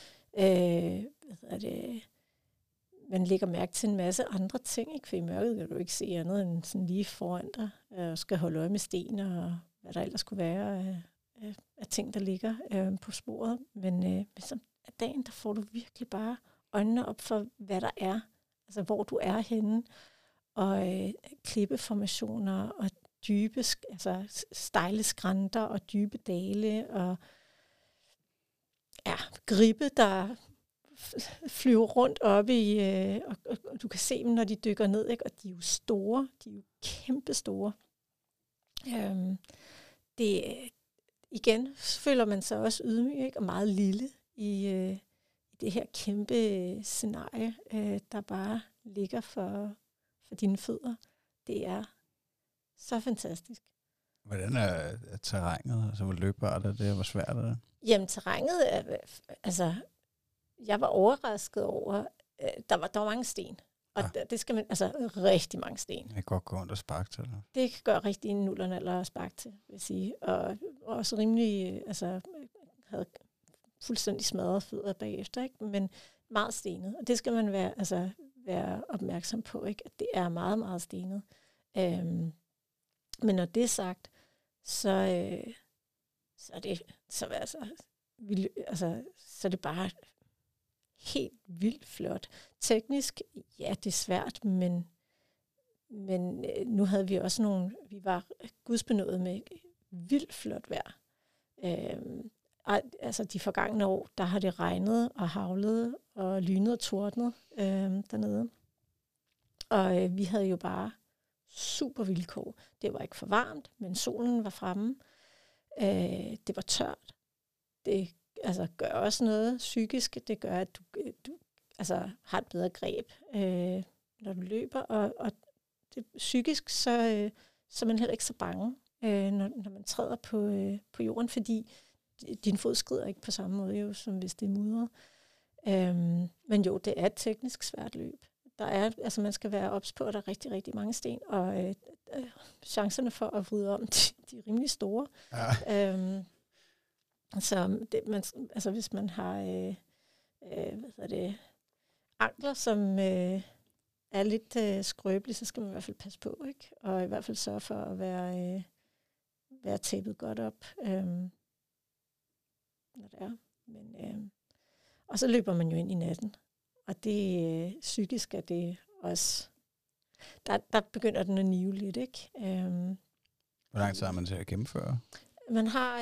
man lægger mærke til en masse andre ting, ikke? For i mørket kan du ikke se andet end sådan lige foran dig, og skal holde øje med sten og hvad der ellers skulle være af ting, der ligger på sporet. Men så af dagen, der får du virkelig bare øjnene op for, hvad der er, altså hvor du er henne, og klippeformationer og dybe, stejle skrænter og dybe dale, og gribbe, der flyver rundt oppe i, og du kan se dem, når de dykker ned, ikke? Og de er jo store, de er jo kæmpe store. Igen føler man sig også ydmyg, ikke? Og meget lille i det her kæmpe scenarie, der bare ligger for dine fødder. Det er så fantastisk. Hvordan er terrænet? Altså, hvor løbbart er det? Hvor svært er det? Jamen, terrænet er... jeg var overrasket over... Der var mange sten. Og det skal man... rigtig mange sten. Det kan godt gå rundt og sparke til. Eller? Det kan gøre rigtig nullerne at sparke til, vil jeg sige. Og også rimelig... havde fuldstændig smadret fødder bagefter, ikke? Men meget stenet. Og det skal man være opmærksom på, ikke? At det er meget, meget stenet. Men når det er sagt, så er det bare helt vildt flot. Teknisk, ja, det er svært, men nu havde vi også vi var gudsbenådet med vildt flot vejr. De forgangne år, der har det regnet og haglet og lynet og tordnet dernede. Og vi havde jo bare super vilkår. Det var ikke for varmt, men solen var fremme. Det var tørt. Det gør også noget psykisk. Det gør, at du har et bedre greb, når du løber. Og det, psykisk, så er man heller ikke så bange, når man træder på jorden, fordi din fod skrider ikke på samme måde, jo, som hvis det er mudret. Men jo, det er et teknisk svært løb. Man skal være ops på, at der er rigtig, rigtig mange sten, og chancerne for at vride om, de er rimelig store. Ja. Så hvis man har ankler, som er lidt skrøbelige, så skal man i hvert fald passe på, ikke? Og i hvert fald sørge for at være tæppet godt op, når det er. Men, og så løber man jo ind i natten. Og det psykisk er det også... Der begynder den at nive lidt, ikke? Hvor lang tid har man til at gennemføre? Man har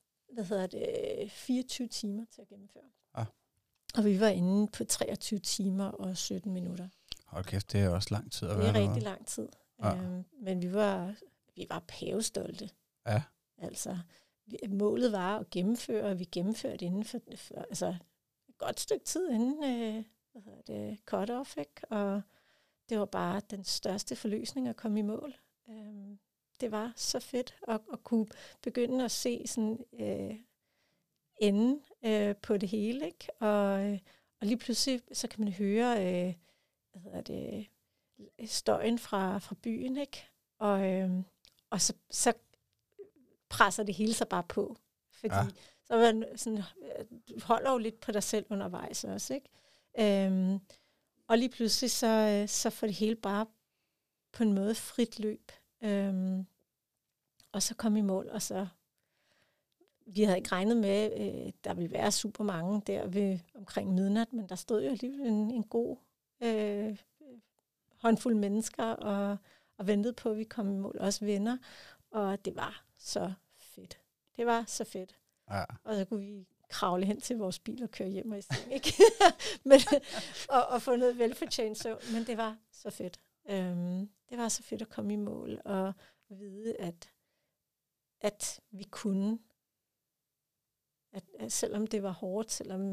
24 timer til at gennemføre. Ah. Og vi var inde på 23 timer og 17 minutter. Hold kæft, det er også lang tid at være. Det er rigtig lang tid. Men vi var pavestolte. Ja. Altså, målet var at gennemføre, og vi gennemførte inden for altså, et godt stykke tid inden cut-off, ikke? Og det var bare den største forløsning at komme i mål. Det var så fedt at kunne begynde at se sådan enden på det hele, ikke? Og lige pludselig så kan man høre støjen fra byen, ikke? Og så presser det hele sig bare på, fordi så man sådan, du holder jo lidt på dig selv undervejs også, ikke? Og lige pludselig så får det hele bare på en måde frit løb. Og så kom i mål, og så vi havde ikke regnet med, der ville være super mange der ved omkring midnat, men der stod jo alligevel en god håndfuld mennesker og ventede på, at vi kom i mål, også venner, og det var så fedt. Det var så fedt. Ja. Og så kunne vi kravle hen til vores bil og køre hjem og i seng, ikke? og få noget velfortjent søvn, men det var så fedt. Det var så fedt at komme i mål og vide, at vi kunne, at selvom det var hårdt, selvom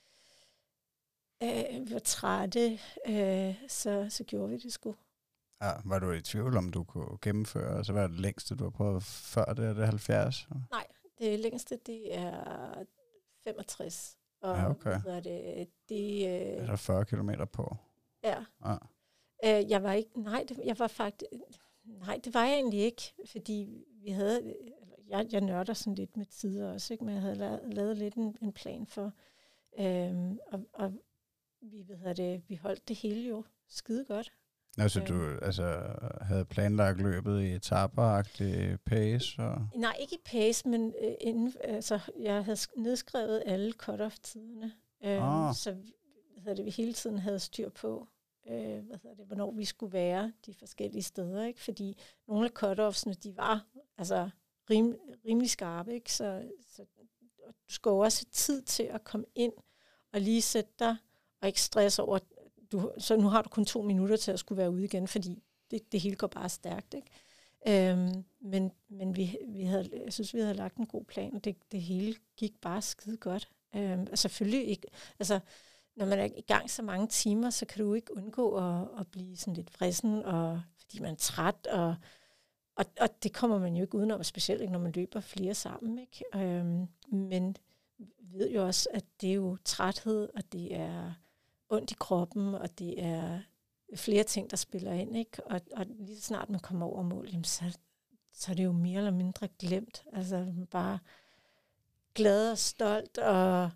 vi var trætte, så gjorde vi det sgu. Ja, var du i tvivl om, du kunne gennemføre? Altså, hvad er det længste, du har prøvet før det? Er det 70? Nej, det længste, det er 65. Og ja, okay. Er der 40 kilometer på? Ja. Jeg var ikke... Nej, det var jeg egentlig ikke, fordi vi havde... Jeg nørder sådan lidt med tider også, ikke? Men jeg havde lavet lidt en plan for... Og vi holdt det hele jo skide godt. Altså, du havde planlagt løbet i etaper-agtig pace? Og... Nej, ikke i pace, men jeg havde nedskrevet alle cut-off-tiderne. Så vi hele tiden havde styr på, hvornår vi skulle være de forskellige steder, ikke? Fordi nogle af cut-offsene, de var altså rimelig skarpe, ikke? Så du skal jo også have tid til at komme ind og lige sætte dig og ikke stresse over, så nu har du kun 2 minutter til at skulle være ude igen, fordi det hele går bare stærkt, ikke? Men jeg synes, vi havde lagt en god plan, og det hele gik bare skide godt. Selvfølgelig ikke, altså når man er i gang så mange timer, så kan du ikke undgå at blive sådan lidt vrissen, og fordi man er træt, og det kommer man jo ikke udenom, specielt ikke når man løber flere sammen, ikke? Men vi ved jo også, at det er jo træthed, og det er ondt i kroppen, og det er flere ting, der spiller ind, ikke? Og lige så snart man kommer over mål, jamen, så er det jo mere eller mindre glemt. Altså bare glad og stolt, og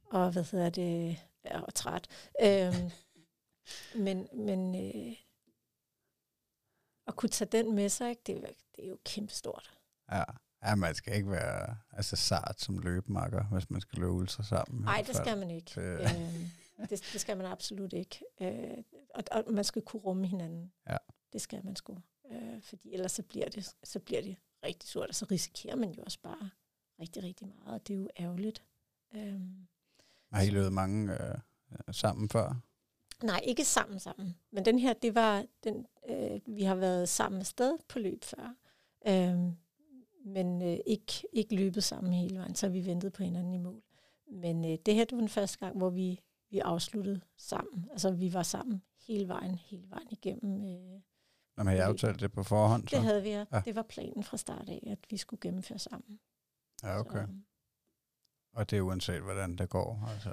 og træt. Men at kunne tage den med sig, ikke? Det er jo kæmpestort. Ja, man skal ikke være sart som løbemarker, hvis man skal løbe ultra sammen. Nej, det skal man ikke. Det skal man absolut ikke. Og man skal kunne rumme hinanden. Ja. Det skal man sgu. Fordi ellers så bliver det rigtig surt, og så risikerer man jo også bare rigtig, rigtig meget, og det er jo ærgerligt. Har I løbet mange sammen før? Nej, ikke sammen. Men den her, det var den, vi har været sammen afsted på løb før. Men ikke løbet sammen hele vejen, så har vi ventet på hinanden i mål. Men det her, det var den første gang, hvor vi afsluttede sammen. Altså, vi var sammen hele vejen igennem. Har I aftalt det på forhånd? Så? Det havde vi, ja. Det var planen fra start af, at vi skulle gennemføre sammen. Ja, okay. Så. Og det er uanset, hvordan det går, altså?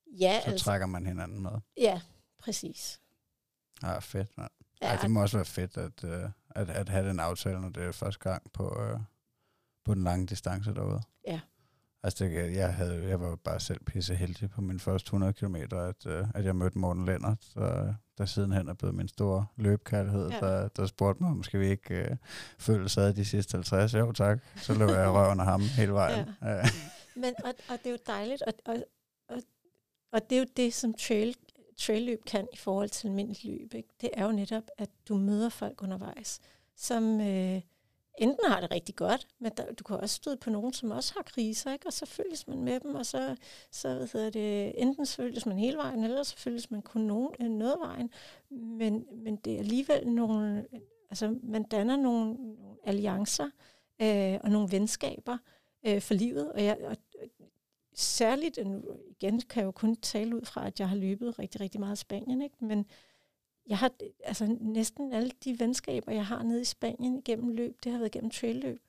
Ja, så trækker man hinanden med. Ja, præcis. Ja, fedt, man. Ja. Ej, det må også være fedt, at have den aftale, når det er første gang på den lange distance derude. Ja. Altså, jeg var bare selv pisse heldig på min første 100 kilometer, at jeg mødte Morten Lennart, der sidenhen er blevet min store løbekærlighed, der spurgte mig, om skal vi ikke følge sig de sidste 50. Jo, tak. Så løb jeg røven af ham hele vejen. Ja. Men, og det er jo dejligt, og det er jo det, som trailløb kan i forhold til almindeligt løb. Ikke? Det er jo netop, at du møder folk undervejs, som enten har det rigtig godt, men du kan også støde på nogen, som også har kriser, ikke? Og så følges man med dem, og så enten så følges man hele vejen, eller så følges man kun noget vejen. Men det er alligevel nogle, altså man danner nogle alliancer og nogle venskaber for livet, og særligt, igen kan jeg jo kun tale ud fra, at jeg har løbet rigtig, rigtig meget i Spanien, ikke? Men jeg har næsten alle de venskaber, jeg har nede i Spanien gennem løb, det har været gennem trailløb.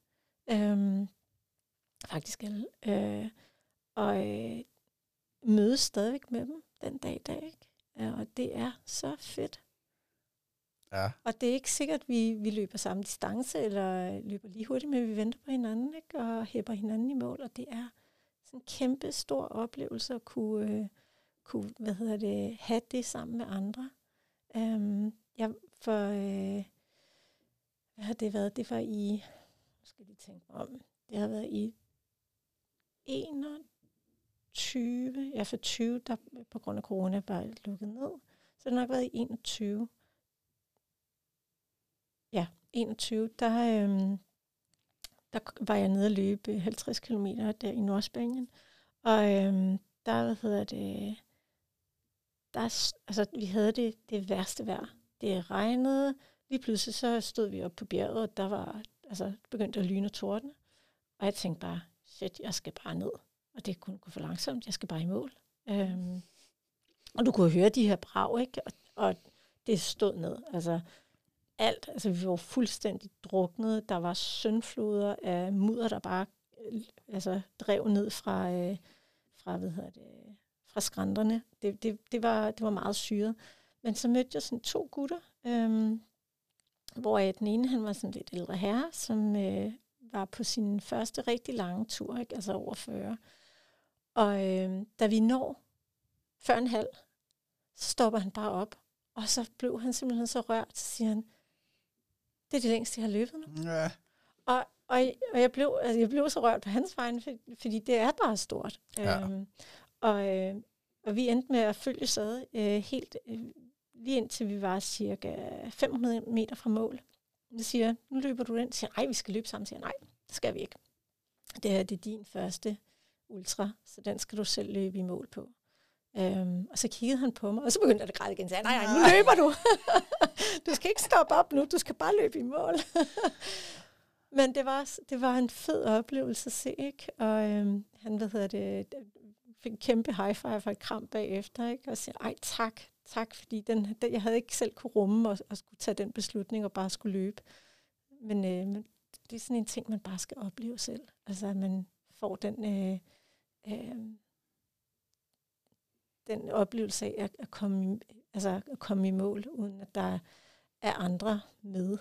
Faktisk alle. Og mødes stadigvæk med dem den dag i dag. Ikke? Og det er så fedt. Ja. Og det er ikke sikkert, at vi løber samme distance, eller løber lige hurtigt, men vi venter på hinanden, ikke? Og hæpper hinanden i mål. Og det er sådan en kæmpe stor oplevelse at kunne have det sammen med andre. Hvad har det været? Det var i, nu skal jeg tænke mig om, det har været i 21, ja for 20, der på grund af corona bare lukket ned. Så det har nok været i 21. Ja, 21, der var jeg nede at løbe 50 kilometer der i Nordspanien. Og vi havde det værste vejr. Det regnede. Lige pludselig så stod vi op på bjerget, og der var begyndt at lyne og tordne. Og jeg tænkte bare, shit, jeg skal bare ned. Og det kunne gå for langsomt. Jeg skal bare i mål. Og du kunne høre de her brag, ikke? Og det stod ned. Altså alt. Altså vi var fuldstændig druknet. Der var syndfloder af mudder, der bare drev ned fra fra skrænterne. Det var meget syret. Men så mødte jeg sådan 2 gutter, hvor den ene, han var sådan lidt ældre herre, som var på sin første rigtig lange tur, ikke? Altså over 40. Og da vi når 40,5, så stopper han bare op, og så blev han simpelthen så rørt, så siger han, det er det længste, jeg har løbet nu. Ja. Og jeg blev så rørt på hans vegne, fordi det er bare stort. Ja. Og vi endte med at følges ad helt lige indtil vi var cirka 500 meter fra mål. Jeg siger, nu løber du den. Jeg siger, nej, vi skal løbe sammen. Jeg siger, nej, det skal vi ikke. Det er din første ultra, så den skal du selv løbe i mål på. Og så kiggede han på mig, og så begyndte jeg at græde igen. Jeg sagde, nej, nu løber du. Du skal ikke stoppe op nu, du skal bare løbe i mål. Men det var en fed oplevelse at se, ikke? Og han, fik en kæmpe high five og et kram bagefter, ikke? Og siger, ej, tak, fordi jeg havde ikke selv kunne rumme og skulle tage den beslutning og bare skulle løbe. Men det er sådan en ting, man bare skal opleve selv. Altså, at man får den oplevelse af at komme i mål, uden at der er andre med.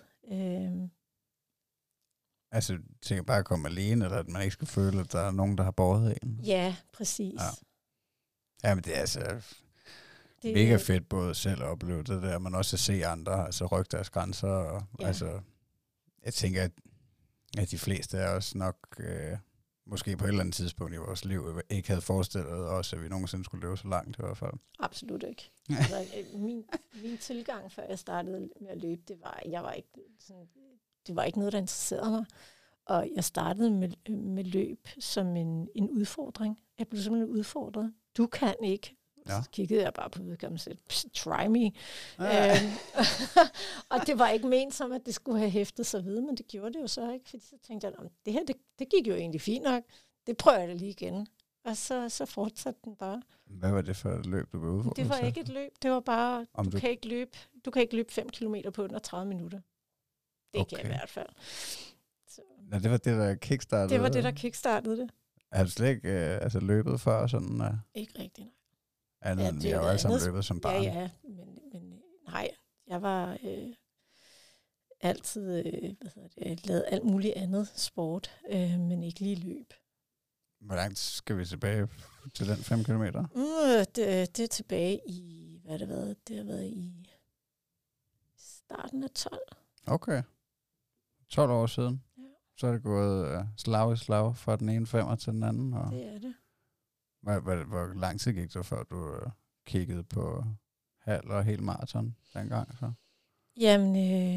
Altså, jeg tænker bare at komme alene, eller at man ikke skal føle, at der er nogen, der har båret en. Ja, præcis. Ja. Jamen, det er altså mega fedt både selv at opleve det der, men også at se andre, altså rykke deres grænser. Og, altså, jeg tænker, at de fleste af os nok, måske på et eller andet tidspunkt i vores liv, ikke havde forestillet os, at vi nogensinde skulle løbe så langt i hvert fald. Absolut ikke. Altså, min tilgang, før jeg startede med at løbe, det var ikke noget, der interesserede mig. Og jeg startede med løb som en udfordring. Jeg blev simpelthen udfordret. Du kan ikke. Ja. Så kiggede jeg bare på vedkommende og sagde, try me. Ja. Og det var ikke ment som, at det skulle have hæftet sig ved, men det gjorde det jo så ikke. Fordi så tænkte jeg, det her, det gik jo egentlig fint nok. Det prøver jeg da lige igen. Og så fortsatte den bare. Hvad var det for et løb, du blev udfordret? Det var ikke et løb. Det var bare, du kan ikke løbe 5 kilometer på under 30 minutter. Det kan jeg i hvert fald. Så. Ja, det var det, der kickstartede. Det var det, der kickstartede det. Har du slet ikke løbet før? Sådan, Ikke rigtigt, nej. Andet Ja, end det vi er har jo jo alle sammen andet. løbet som barn. Ja, men nej, jeg var altid lavet alt muligt andet sport, men ikke lige løb. Hvor langt skal vi tilbage til den 5 kilometer? Det er tilbage i, hvad har det været? Det har været i starten af 12. Okay. 12 år siden. Ja. Så er det gået slag i slag fra den ene 5'er til den anden. Og Det er det. hvor lang tid gik det, før du kiggede på halv og hel maraton dengang? Så? Jamen,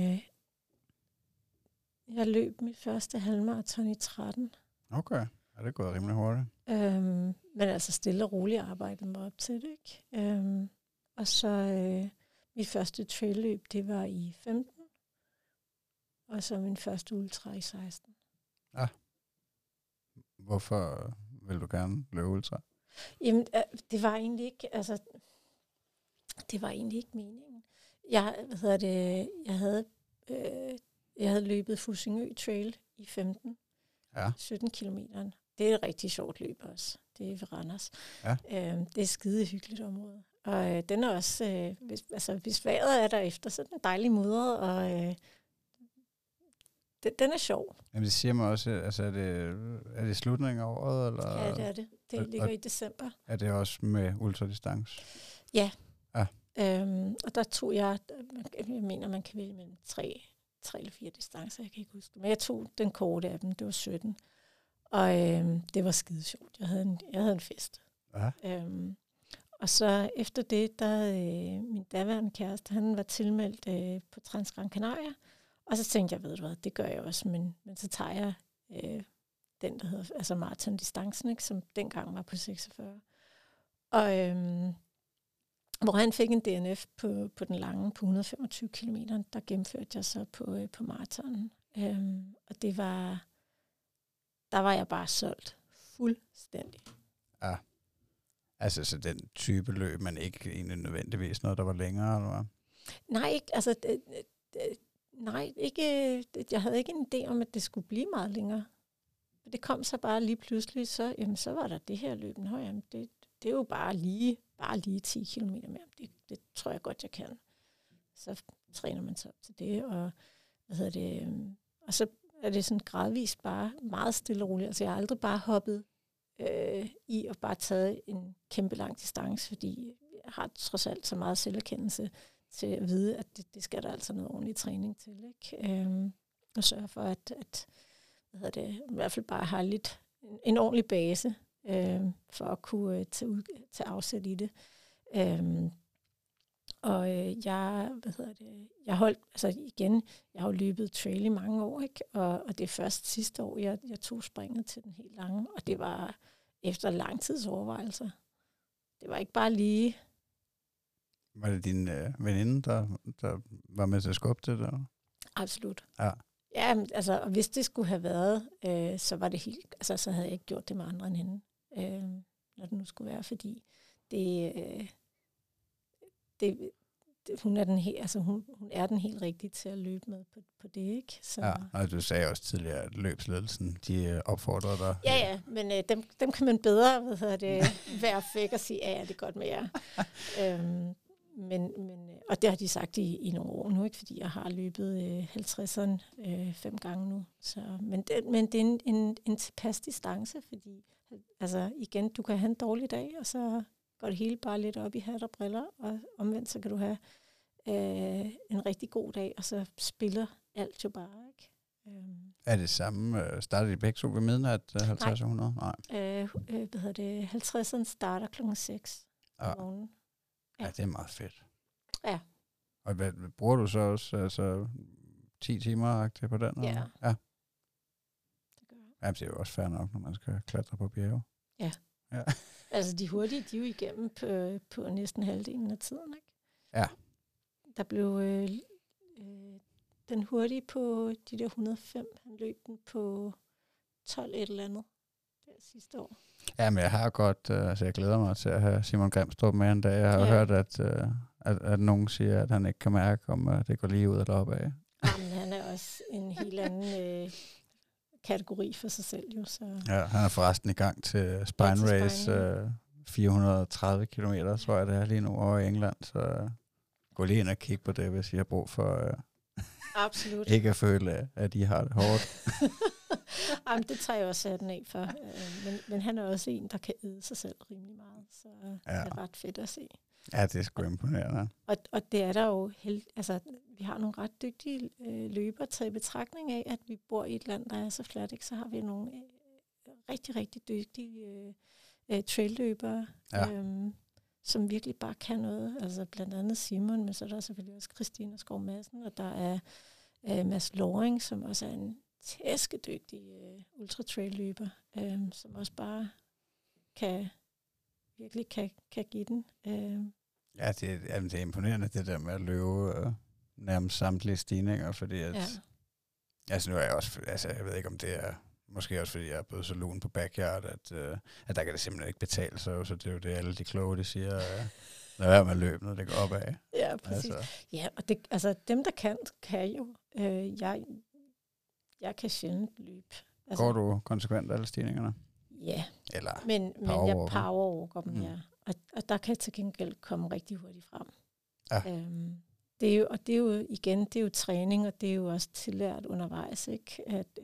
jeg løb mit første halvmaraton i 13. Okay. Ja, det er gået rimelig hurtigt. Men altså stille og roligt arbejdede mig op til det, ikke? Og så mit første trailløb, det var i 15. Og så min første ultra i 16. Ja. Hvorfor vil du gerne løbe ultra? Jamen, det var egentlig ikke, altså, det var egentlig ikke meningen. Jeg havde løbet Fussingø Trail i 15. Ja. 17 kilometer. Det er et rigtig sjovt løb også. Det er ved Randers. Ja. Det er et skide hyggeligt område. Og den er også, hvis vejret er derefter, så er den dejlig mudret, og den er sjov. Jamen det siger mig også, altså er det slutningen af året? Eller? Ja, det er det. Det ligger i december. Er det også med ultradistance? Ja. Ja. Og der tog jeg mener, man kan vælge mellem 3 eller 4 distancer, jeg kan ikke huske. Men jeg tog den korte af dem, det var 17. Og det var skide sjovt. Jeg havde en fest. Ja. Og så efter det, der min daværende kæreste, han var tilmeldt på Transgran Canaria. Og så tænkte jeg, ved du hvad, det gør jeg også, men så tager jeg den, der hedder altså maratondistancen, ikke, som dengang var på 46. Og hvor han fik en DNF på den lange, på 125 kilometer, der gennemførte jeg så på maratonen. Og det var, der var jeg bare solgt fuldstændig. Ja. Altså så den type løb, men ikke egentlig nødvendigvis noget, der var længere, eller hvad? Nej, ikke, altså, nej, ikke, jeg havde ikke en idé om, at det skulle blive meget længere. Det kom så bare lige pludselig, så var der det her løb. Nå, jamen, det er jo bare lige 10 kilometer mere. Det tror jeg godt, jeg kan. Så træner man sig op til det, og og så er det sådan gradvist bare meget stille og roligt. Altså jeg har aldrig bare hoppet i og bare taget en kæmpe lang distance, fordi jeg har trods alt så meget selverkendelse til at vide, at det skal der altså noget ordentlig træning til, ikke? Og sørge for, at i hvert fald bare have en ordentlig base, for at kunne tage afsæt i det. Og jeg holdt, altså igen, jeg har jo løbet trail i mange år, ikke? Og det er først sidste år, jeg tog springet til den helt lange, og det var efter lang tids overvejelser. Det var ikke bare lige... Var det din veninde, der var med til at skubbe det der? Absolut. Ja. Ja, altså, og hvis det skulle have været, så var det helt, altså, så havde jeg ikke gjort det med andre end hende, når det nu skulle være, fordi hun er den helt rigtige til at løbe med på det, ikke? Så. Ja, og du sagde også tidligere, at løbsledelsen, de opfordrer dig. Ja, men dem kan man bedre være fæk og sige, ja, det er godt med jer. Men, og det har de sagt i nogle år nu, ikke, fordi jeg har løbet 50'eren 5 gange nu. Så, men det er en tilpas distance, fordi altså, igen, du kan have en dårlig dag, og så går det hele bare lidt op i hat og briller, og omvendt så kan du have en rigtig god dag, og så spiller alt jo bare, ikke? Er det samme? Starter de begge to ved midnat, 50 og 100? Nej. 50'eren starter klokken 6 om morgenen. Ja, det er meget fedt. Ja. Og bruger du så også 10 timer på den? Ja. Ja. Det gør jeg. Jamen, det er jo også fair nok, når man skal klatre på bjerge. Ja. Altså, de hurtige, de er jo igennem på næsten halvdelen af tiden, ikke? Ja. Der blev den hurtige på de der 105, han løb den på 12 et eller andet der sidste år. Ja, men jeg har godt, altså jeg glæder mig til at have Simon Grimstrup med en dag. Jeg har jo hørt, at nogen siger, at han ikke kan mærke, om det går lige ud eller opad. Jamen, han er også en helt anden kategori for sig selv, jo. Så. Ja, han er forresten i gang til Spine Race 430 kilometer, tror jeg det er lige nu over i England, så gå lige ind og kig på det, hvis I har brug for Absolut. ikke at føle, at I har det hårdt. Jamen, det tager jeg også af den af for. Men han er også en, der kan æde sig selv rimelig meget, så det er ret fedt at se. Ja, det er sgu imponerende. Og det er der jo altså, vi har nogle ret dygtige løbere taget i betragtning af, at vi bor i et land, der er så fladt, ikke? Så har vi nogle rigtig, rigtig dygtige trailløbere, som virkelig bare kan noget. Altså blandt andet Simon, men så er der selvfølgelig også Christina Skov Madsen, og der er Mads Loring, som også er en tæskedygtig ultra-trail-løber, som også bare virkelig kan give den. Ja, det er imponerende, det der med at løbe nærmest samtlige stigninger, fordi altså nu er jeg også, altså jeg ved ikke om det er, måske også fordi jeg er blevet så lun på backyard, at der kan det simpelthen ikke betale sig, så det er jo det, alle de kloge, de siger, lad være med at løbe, når det går opad. Ja, præcis. Altså. Ja, og det, altså dem, der kan jo. Jeg kan sjældent løbe. Altså, går du konsekvent alle stigningerne? Ja, eller men jeg powerwalker dem, ja. Og der kan jeg til gengæld komme rigtig hurtigt frem. Ja. Det er jo igen, det er jo træning, og det er jo også tillært undervejs, ikke? At,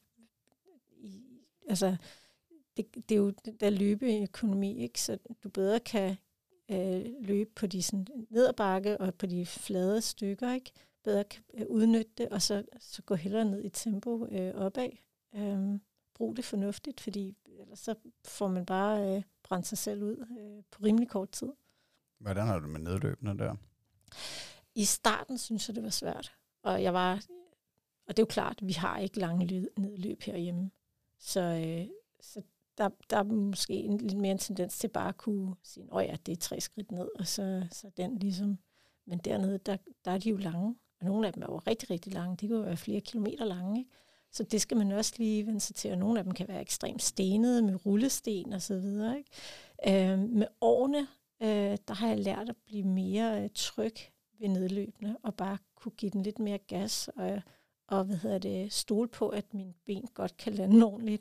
altså, det er jo der løbeøkonomi, ikke? Så du bedre kan løbe på de sådan, nederbakke og på de flade stykker, ikke? Bedre kan udnytte det, og så gå hellere ned i tempo opad. Brug det fornuftigt, fordi ellers så får man bare brændt sig selv ud på rimelig kort tid. Hvordan har du med nedløbende der? I starten synes jeg, det var svært. Og det er jo klart, vi har ikke lange nedløb herhjemme. Så der er måske lidt mere en tendens til bare at kunne sige, det er 3 skridt ned, og så den ligesom. Men dernede, der er de jo lange. Og nogle af dem er jo rigtig, rigtig lange. De kan jo være flere kilometer lange, ikke? Så det skal man også lige vende sig til, og nogle af dem kan være ekstremt stenede med rullesten og så videre, ikke? Med årene, der har jeg lært at blive mere tryg ved nedløbende, og bare kunne give den lidt mere gas, og stole på, at mine ben godt kan lande ordentligt.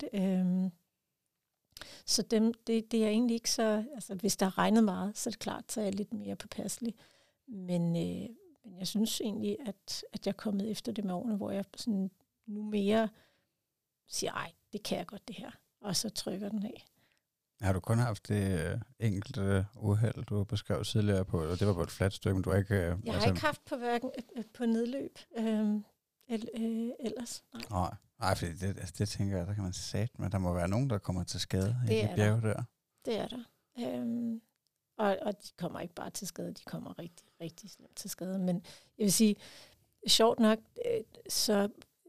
Så det er egentlig ikke så, altså hvis der har regnet meget, så er det klart, så er jeg lidt mere påpasselig. Men jeg synes egentlig, at jeg er kommet efter det med årene, hvor jeg sådan nu mere siger, det kan jeg godt det her, og så trykker den af. Har du kun haft det enkelte uheld, du har beskrevet tidligere på, og det var på et fladt stykke, men du har ikke... Jeg har ikke haft på hverken på nedløb ellers. Nej, fordi det tænker jeg, der kan man sætte, men der må være nogen, der kommer til skade i de bjerge der. Det er der. Og de kommer ikke bare til skade, de kommer rigtig, rigtig slemt til skade. Men jeg vil sige, sjovt nok, så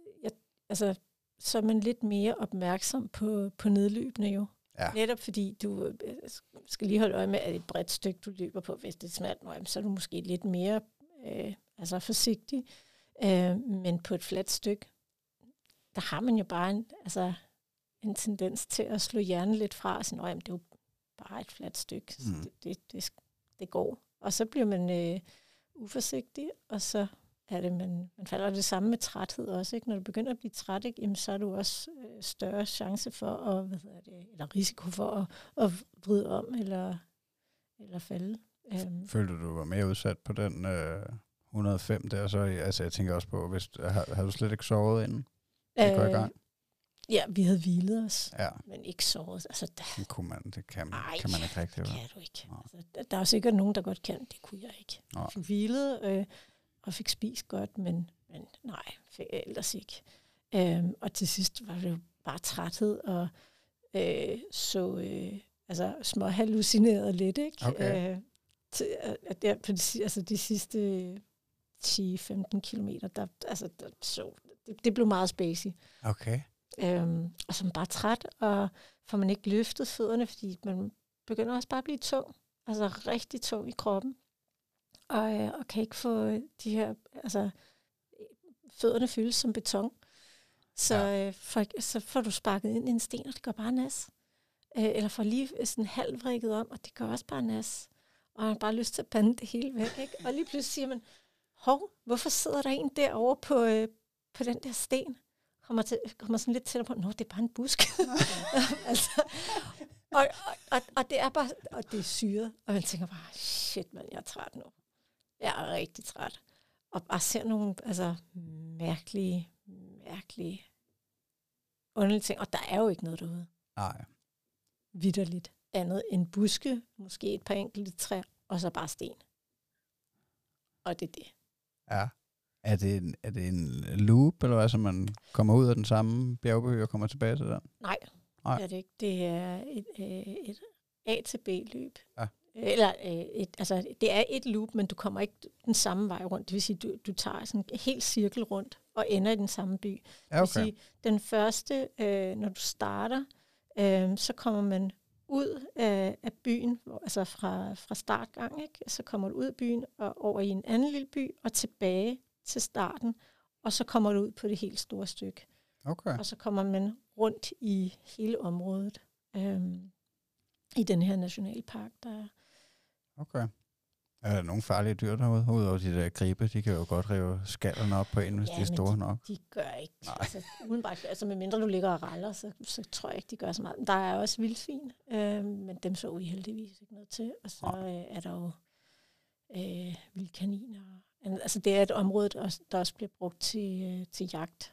er man lidt mere opmærksom på nedløbende jo. Ja. Netop fordi du skal lige holde øje med, at et bredt stykke, du løber på, hvis det er smalt, så er du måske lidt mere forsigtig. Men på et fladt stykke, der har man jo bare en tendens til at slå hjernen lidt fra, og sige, det er jo bare et fladt stykke, så det går. Og så bliver man uforsigtig, og så er det, man falder det samme med træthed også, ikke? Når du begynder at blive træt, ikke? Jamen, så er du også større chance for at, eller risiko for at vride om, eller falde. Følte du var mere udsat på den 105 der, så altså jeg tænker også på, hvis har du slet ikke sovet inden? Det går i gang. Ja, vi havde hvilet os, men ikke sovet. Altså, det kan man ikke rigtig. Det kan du ikke. Altså, der er sikkert nogen, der godt kan. Det kunne jeg ikke. Jeg fik hvilet og fik spist godt, men nej, ellers ikke. Og til sidst var det jo bare træthed og små hallucineret lidt, ikke? Okay. De sidste 10-15 kilometer, det blev meget spacey. Okay. Og så er man bare træt, og får man ikke løftet fødderne, fordi man begynder også bare at blive tung. Altså rigtig tung i kroppen. Og kan ikke få de her, fødderne fyldes som beton. Så får du sparket ind i en sten, og det gør bare nas. Eller får lige sådan halvrikket om, og det gør også bare nas. Og man har bare lyst til at pande det hele væk, ikke? Og lige pludselig siger man, hvorfor sidder der en derovre på den der sten? Kommer sådan lidt tættere på, det er bare en busk. og det er bare, og det er syret, og man tænker bare, shit mand, jeg er træt nu. Jeg er rigtig træt. Og bare ser nogle mærkelige underlige ting, og der er jo ikke noget derude. Nej. Vitterligt. Andet end buske, måske et par enkelte træer, og så bare sten. Og det er det. Ja. Er det en loop, eller hvad, så man kommer ud af den samme bjergby og kommer tilbage til den? Nej, det er det ikke. Det er et A til B-løb. Ja. Eller det er et loop, men du kommer ikke den samme vej rundt. Det vil sige, du tager sådan en helt cirkel rundt og ender i den samme by. Ja, okay. Det vil sige, den første, når du starter, så kommer man ud af byen, altså fra startgang, ikke? Så kommer du ud af byen og over i en anden lille by og tilbage til starten, og så kommer du ud på det helt store stykke. Okay. Og så kommer man rundt i hele området i den her nationalpark, der er. Okay. Er der nogle farlige dyr derude? Udover de der gribe, de kan jo godt rive skallerne op på en, hvis de er store nok. De gør ikke. Altså, udenbart, altså medmindre du ligger og raller, så tror jeg ikke, de gør så meget. Der er også vildsvin, men dem så vi heldigvis ikke noget til. Og så er der jo vildkaniner. Altså det er et område, der også bliver brugt til jagt.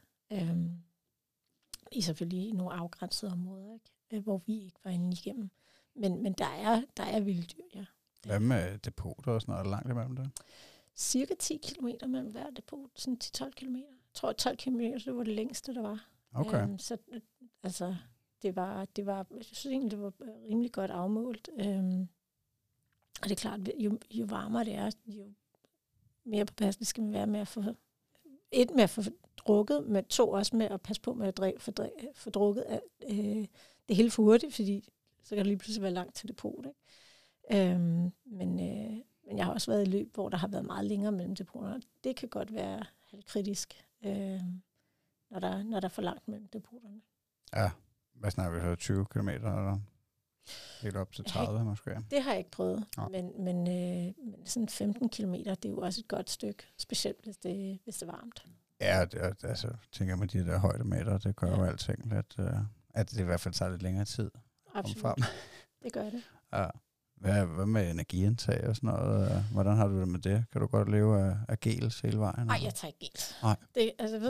I selvfølgelig nogle afgrænsede områder, ikke? Hvor vi ikke var inde igennem. Men der er vilddyr, ja. Hvad med depoter og sådan noget? Er der langt imellem det? Cirka 10 kilometer mellem hver depot. Sådan 10-12 kilometer. Jeg tror, 12 kilometer, det var det længste, der var. Okay. Så altså, det var, jeg synes egentlig, det var rimelig godt afmålt. Og det er klart, jo varmere det er, jo mere påpasselig skal man være med at få... med at få drukket, men 2 også med at passe på med at få drukket det hele for hurtigt, fordi så kan det lige pludselig være langt til depot, ikke? Men jeg har også været i løb, hvor der har været meget længere mellem depoterne. Det kan godt være halvkritisk, når der er for langt mellem depoterne. Ja, hvad snakker vi så? 20 kilometer eller helt op til 30 måske? Det har jeg ikke prøvet, men sådan 15 kilometer, det er jo også et godt stykke, specielt hvis det er varmt. Ja, altså tænker man, de der højdemeter, det gør jo alting, at det i hvert fald tager lidt længere tid. Absolut, det gør det. Ja. Hvad med energiindtag og sådan noget? Hvordan har du det med det? Kan du godt leve af gels hele vejen? Nej, jeg tager ikke gels. Nej, det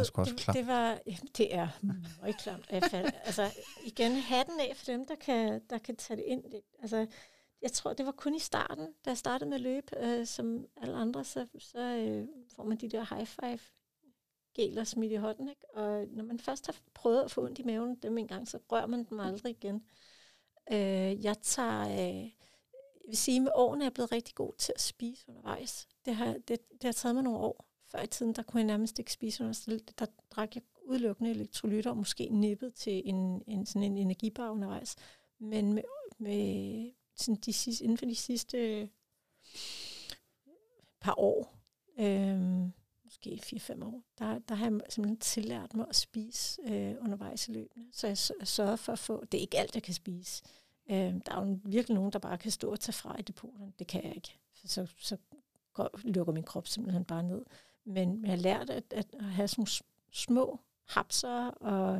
er meget klamt. Altså igen, hatten af for dem, der kan tage det ind. Altså, jeg tror, det var kun i starten, da jeg startede med at løbe, som alle andre, så får man de der high five geler smidt i hånden, ikke? Og når man først har prøvet at få ondt i maven dem en gang, så rører man dem aldrig igen. Jeg vil sige, med årene er jeg blevet rigtig god til at spise undervejs. Det har taget mig nogle år. Før i tiden, der kunne jeg nærmest ikke spise undervejs. Der drak jeg udelukkende elektrolytter, og måske nippet til sådan en energibar undervejs. Men med sådan inden for de sidste par år, måske 4-5 år, der har jeg simpelthen tillært mig at spise undervejs i løbene. Så jeg sørger for at få... Det er ikke alt, jeg kan spise. Der er jo virkelig nogen, der bare kan stå og tage fra i depoterne. Det kan jeg ikke. Så lukker min krop simpelthen bare ned. Men jeg har lært at have sådan små hapser og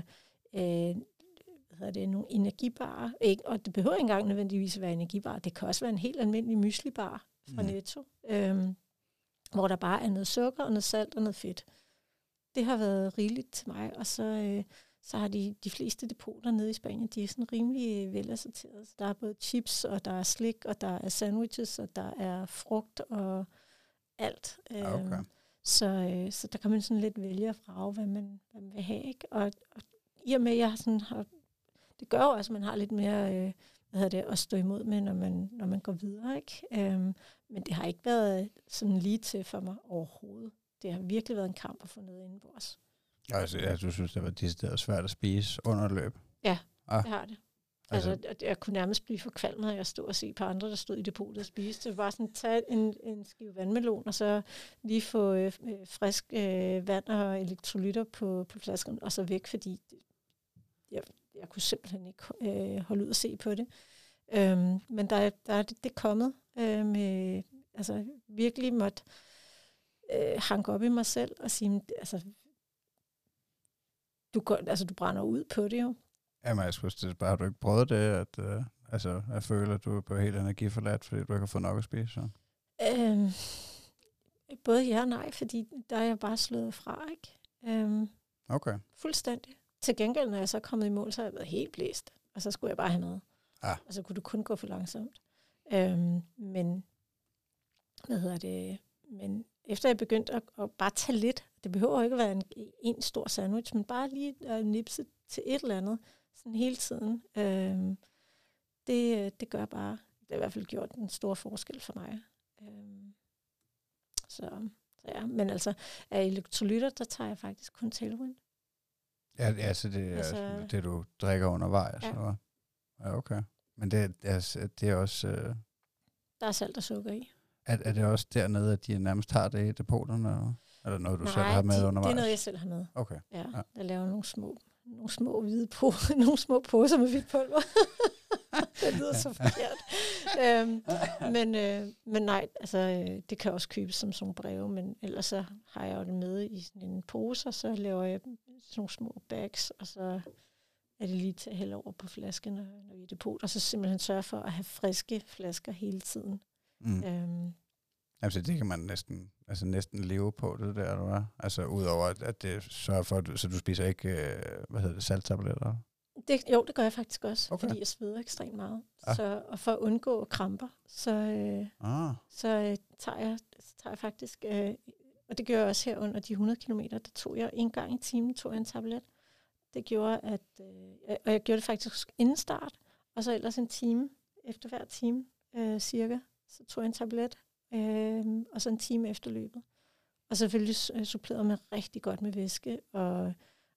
nogle energibarer. Og det behøver ikke engang nødvendigvis at være energibar. Det kan også være en helt almindelig myslibar fra Netto, hvor der bare er noget sukker og noget salt og noget fedt. Det har været rigeligt til mig, og så har de fleste depoter nede i Spanien, de er sådan rimelig velassorteret. Så der er både chips, og der er slik, og der er sandwiches, og der er frugt og alt. Okay. Så der kan man sådan lidt vælge og vrage, hvad man vil have, ikke? Og i og med, at jeg sådan har... Det gør jo også, at man har lidt mere at stå imod med, når man går videre, ikke? Men det har ikke været sådan lige til for mig overhovedet. Det har virkelig været en kamp at få noget indenbords. Altså, du synes, det var decideret svært at spise under løb? Ja, det har det. Altså, jeg kunne nærmest blive forkvalmet, når jeg stod og se på andre, der stod i depotet og spiste. Det var sådan, tage en skive vandmelon, og så lige få frisk vand og elektrolytter på flasken, og så væk, fordi jeg kunne simpelthen ikke holde ud og se på det. Men der er det kommet med, altså virkelig måtte hanke op i mig selv og sige, altså, du brænder ud på det jo. Jamen, jeg synes, har du ikke prøvet det, Altså, jeg føler, at du er på helt energiforladt, fordi du ikke har fået nok at spise? Så. Både ja og nej, fordi der er jeg bare slået fra, ikke? Okay. Fuldstændig. Til gengæld, når jeg så er kommet i mål, så har jeg været helt blæst. Og så skulle jeg bare have noget. Og så kunne du kun gå for langsomt. Men efter jeg begyndte at bare tage lidt, det behøver ikke at være en stor sandwich, men bare lige at nipse til et eller andet, sådan hele tiden. Det gør bare, det har i hvert fald gjort en stor forskel for mig. Så ja, men altså, af elektrolytter, der tager jeg faktisk kun Tailwind. Ja, så det er det, du drikker undervejs? Ja. Ja, okay. Men det er også... Der er salt og sukker i. Er det også dernede, at de nærmest har det i depoterne? Eller noget, du selv har med undervejs? Nej, det er noget, jeg selv har med. Okay. Ja, jeg laver nogle små hvide nogle små poser med hvidt pulver. Det lyder så forkert. Men nej, altså, det kan også købes som sådan breve, men ellers så har jeg jo det med i sådan en pose, og så laver jeg sådan nogle små bags, og så er det lige til at hælde over på flasken, når vi er i depot, og så simpelthen sørge for at have friske flasker hele tiden. Altså det kan man næsten leve på, det der, du er. Altså udover at det sørger for, så du spiser ikke, salttabletter? Det gør jeg faktisk også, fordi jeg sveder ekstremt meget. Så, og for at undgå kramper, så tager jeg faktisk, og det gør jeg også her under de 100 kilometer, der tog jeg en gang i timen, en tablet. Det gjorde, og jeg gjorde det faktisk inden start, og så ellers en time, efter hver time cirka, så tog jeg en tablet, og så en time efter løbet. Og selvfølgelig supplerede man rigtig godt med væske, og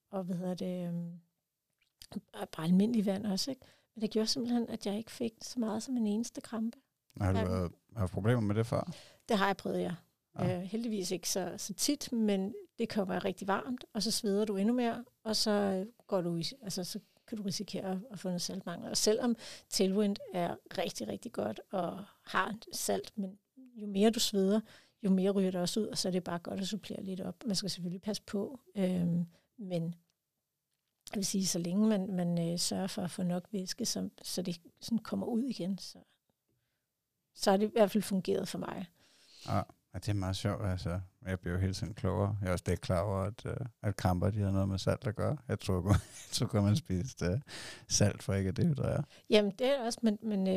bare almindelig vand også, ikke? Men det gjorde simpelthen, at jeg ikke fik så meget som en eneste krampe. Har du haft problemer med det før? Det har jeg prøvet, ja. Heldigvis ikke så tit, men det kommer rigtig varmt, og så sveder du endnu mere, og så går du så kan du risikere at få noget saltmangel. Og selvom Tailwind er rigtig, rigtig godt og har salt, men jo mere du sveder, jo mere ryger det også ud, og så er det bare godt at supplere lidt op. Man skal selvfølgelig passe på, men jeg vil sige, så længe man sørger for at få nok væske, så det sådan kommer ud igen, så har det i hvert fald fungeret for mig. Ja, det er meget sjovt. Altså, jeg bliver jo hele tiden klogere. Jeg er også ikke klar over, at kramper de har noget med salt at gøre. Jeg tror godt, man spiste salt for ikke at dehydrere. Jamen, det er også, men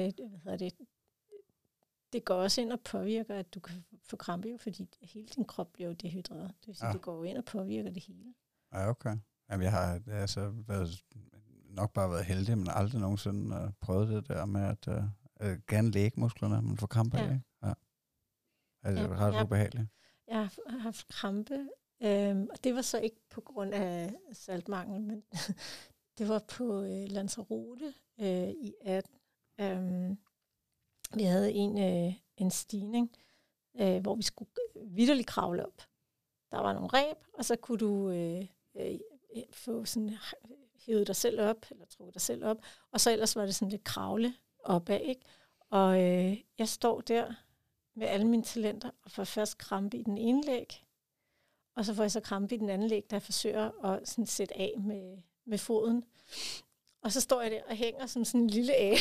det går også ind og påvirker, at du kan få krampe, fordi hele din krop bliver jo dehydreret. Det vil sige, det går jo ind og påvirker det hele. Ja, okay. Jamen, jeg har nok bare været heldig, men aldrig nogensinde prøvet det der med at gerne lægge musklerne, man får krampe af. Ikke? Ja. Altså, det er ret ubehageligt. Jeg har haft krampe, og det var så ikke på grund af saltmangel, men det var på Lanzarote i 18. Vi havde en stigning, hvor vi skulle vitterligt kravle op. Der var nogle reb, og så kunne du få sådan hævet dig selv op, eller trukket dig selv op, og så ellers var det sådan lidt kravle opad, ikke? Og jeg står der med alle mine talenter, og får først krampe i den ene læg, og så får jeg så krampe i den anden læg, der forsøger at sådan sætte af med foden. Og så står jeg der og hænger som sådan en lille abe.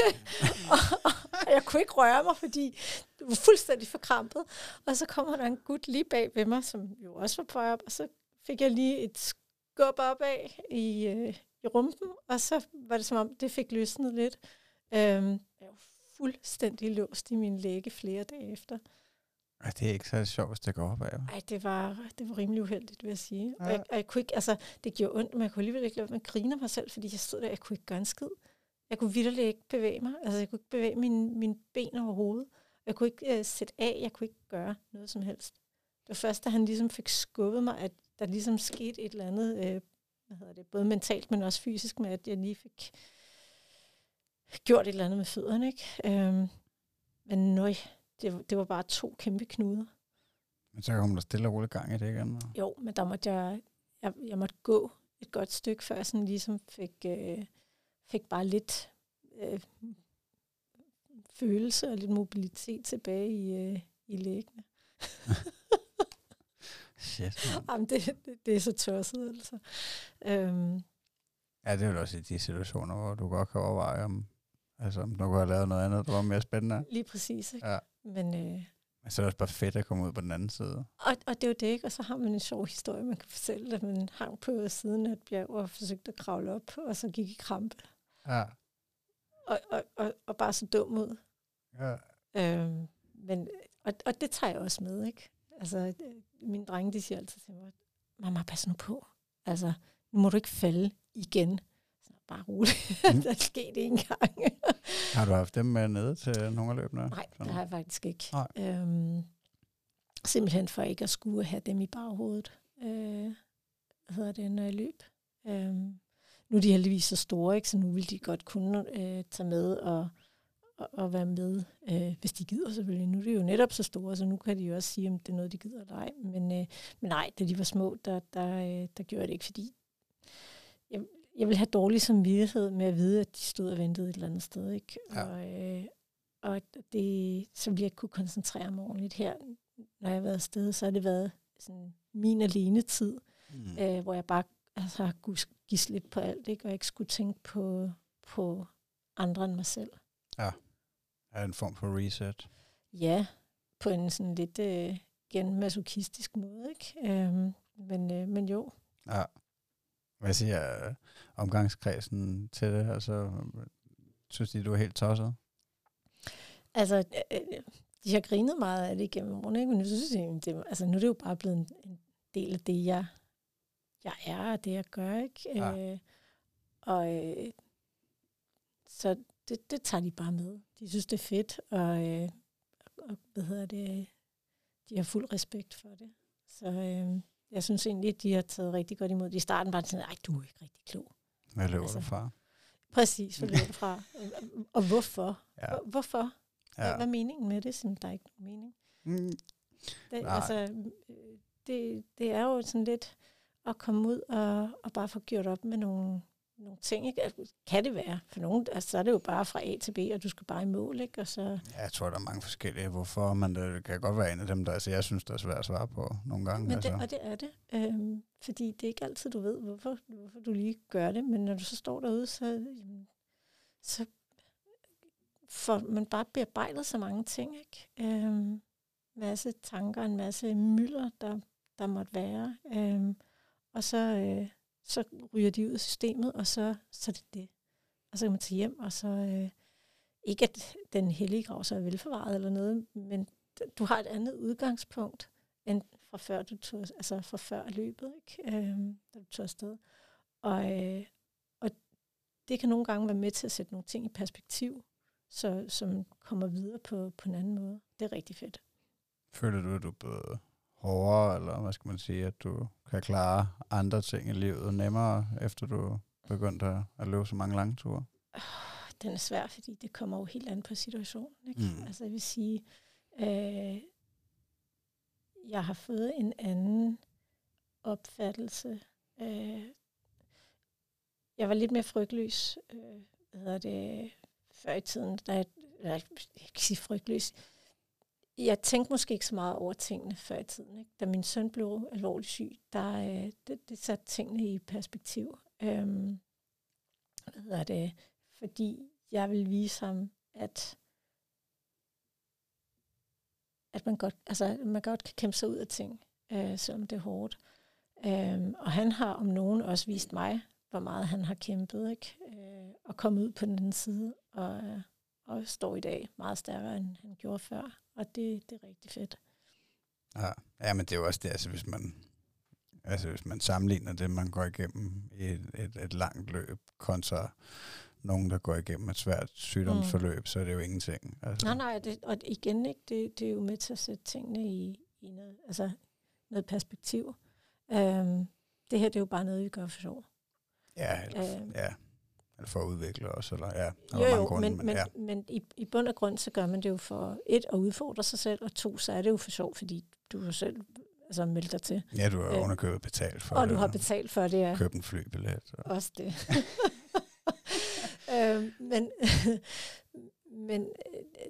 og jeg kunne ikke røre mig, fordi det var fuldstændig forkrampet. Og så kommer der en gut lige bag ved mig, som jo også var på op, og så fik jeg lige et skub opad i rumpen, og så var det som om, det fik løsnet lidt. Jeg var fuldstændig låst i mine læge flere dage efter. Ej, det er ikke så sjovt, hvis det går opad. Nej, det var rimelig uheldigt, vil jeg sige. Ja. Og jeg kunne ikke, altså, det gjorde ondt, men jeg kunne alligevel ikke lade mig at grine mig selv, fordi jeg stod der, jeg kunne ikke gøre en skid. Jeg kunne vitterligt ikke bevæge mig. Altså, jeg kunne ikke bevæge mine ben overhovedet. Jeg kunne ikke sætte af, jeg kunne ikke gøre noget som helst. Det var først, da han ligesom fik skubbet mig, at der ligesom skete et eller andet, både mentalt, men også fysisk, med at jeg lige fik gjort et eller andet med fødderne, ikke? Men nøj. Det var bare 2 kæmpe knuder. Men så kom der stille og roligt gang i det igen? Jo, men der måtte jeg måtte gå et godt stykke, før jeg sådan ligesom fik bare lidt følelse og lidt mobilitet tilbage i læggene. Shit, jamen, det er så tosset, altså. Ja, det er jo også i de situationer, hvor du godt kan overveje, Altså, om du kunne have lavet noget andet, der var mere spændende. Lige præcis, ikke? Ja. Men så er det også bare fedt at komme ud på den anden side. og det er jo det, ikke? Og så har man en sjov historie, man kan fortælle, at man hang på siden af et bjerg og forsøgte at kravle op, og så gik i krampe. Ja. Og bare så dum ud. Ja. Men det tager jeg også med, ikke? Altså, mine drenge, de siger altid til mig, mamma, pas nu på. Altså, nu må du ikke falde igen. Så bare roligt. Der er sket en gang. Har du haft dem med nede til nogle af løbene? Nej, det har jeg faktisk ikke. Nej. Simpelthen for ikke at skulle have dem i baghovedet. Når jeg løb. Nu er de heldigvis så store, ikke? Så nu vil de godt kunne tage med og være med, hvis de gider selvfølgelig. Nu er de jo netop så store, så nu kan de jo også sige, om det er noget, de gider eller ej. Men nej, da de var små, der gjorde jeg det ikke, fordi jeg vil have dårlig samvittighed med at vide, at de stod og ventede et eller andet sted. Ikke? Ja. Og så ville jeg ikke kunne koncentrere mig ordentligt her. Når jeg har været afsted, så har det været sådan min alene tid, hvor jeg bare har kunnet give slip på alt, ikke? Og jeg ikke skulle tænke på andre end mig selv. Ja, er en form for reset. Ja, på en sådan lidt masochistisk måde, ikke? Men jo. Ja. Hvad siger omgangskredsen til det? Altså, synes de, du er helt tosset? Altså, de har grinet meget af det igennem årene, ikke? Men nu synes jeg, nu er det jo bare blevet en del af det, jeg er, og det, jeg gør, ikke? Ja. Så det tager de bare med. De synes, det er fedt, og de har fuld respekt for det. Så jeg synes egentlig, at de har taget rigtig godt imod det. I starten var det sådan, du er ikke rigtig klog. Hvad løber du fra? Præcis, hvad løber du fra? Og hvorfor? Ja. Hvorfor? Ja. Hvad er meningen med det? Sådan, der er ikke nogen mening. Det er jo sådan lidt at komme ud og bare få gjort op med nogle ting, ikke? Altså, kan det være? For nogen, altså, så er det jo bare fra A til B, og du skal bare i mål, ikke? Og så ja, jeg tror, der er mange forskellige, hvorfor, men det kan godt være en af dem, der jeg synes, der er svært at svare på nogle gange. Men det er det. Fordi det er ikke altid, du ved, hvorfor du lige gør det, men når du så står derude, så får man bare bearbejdet så mange ting, ikke? Masse tanker, en masse mylder, der måtte være. Og så ryger de ud af systemet, og så er det. Og så kan man tage hjem, og så ikke at den hellige grav så er velforvaret eller noget, men du har et andet udgangspunkt, end fra før du tog, altså fra før løbet, ikke? Da du tog afsted. Og det kan nogle gange være med til at sætte nogle ting i perspektiv, som kommer videre på en anden måde. Det er rigtig fedt. Føler du, at du er blevet hårdere, eller hvad skal man sige, at du kan klare andre ting i livet nemmere, efter du begyndte at løbe så mange lange ture? Den er svær, fordi det kommer jo helt an på situationen. Ikke? Altså jeg vil sige, jeg har fået en anden opfattelse. Jeg var lidt mere frygtløs, før i tiden. Jeg kan sige frygtløs. Jeg tænkte måske ikke så meget over tingene før i tiden. Ikke? Da min søn blev alvorligt syg, det satte tingene i perspektiv. Fordi jeg vil vise ham, at man godt kan kæmpe sig ud af ting, selvom det er hårdt. Og han har om nogen også vist mig, hvor meget han har kæmpet, ikke? Og kommet ud på den anden side, og står i dag meget stærkere, end han gjorde før. Og det er rigtig fedt. Ja, men det er jo også det, hvis man sammenligner det, man går igennem i et langt løb, kontra nogen, der går igennem et svært sygdomsforløb, så er det jo ingenting. Altså. Nej, og igen, ikke, det er jo med til at sætte tingene i noget perspektiv. Det her, det er jo bare noget, vi gør for sjov. Ja, eller for at udvikle os, eller ja. Men i bund og grund, så gør man det jo for at udfordre sig selv, og 2, så er det jo for sjov, fordi du jo selv melder dig til. Ja, du har underkøbet betalt for det. Og du har betalt for det, ja. Købt en flybillet. Også det. Men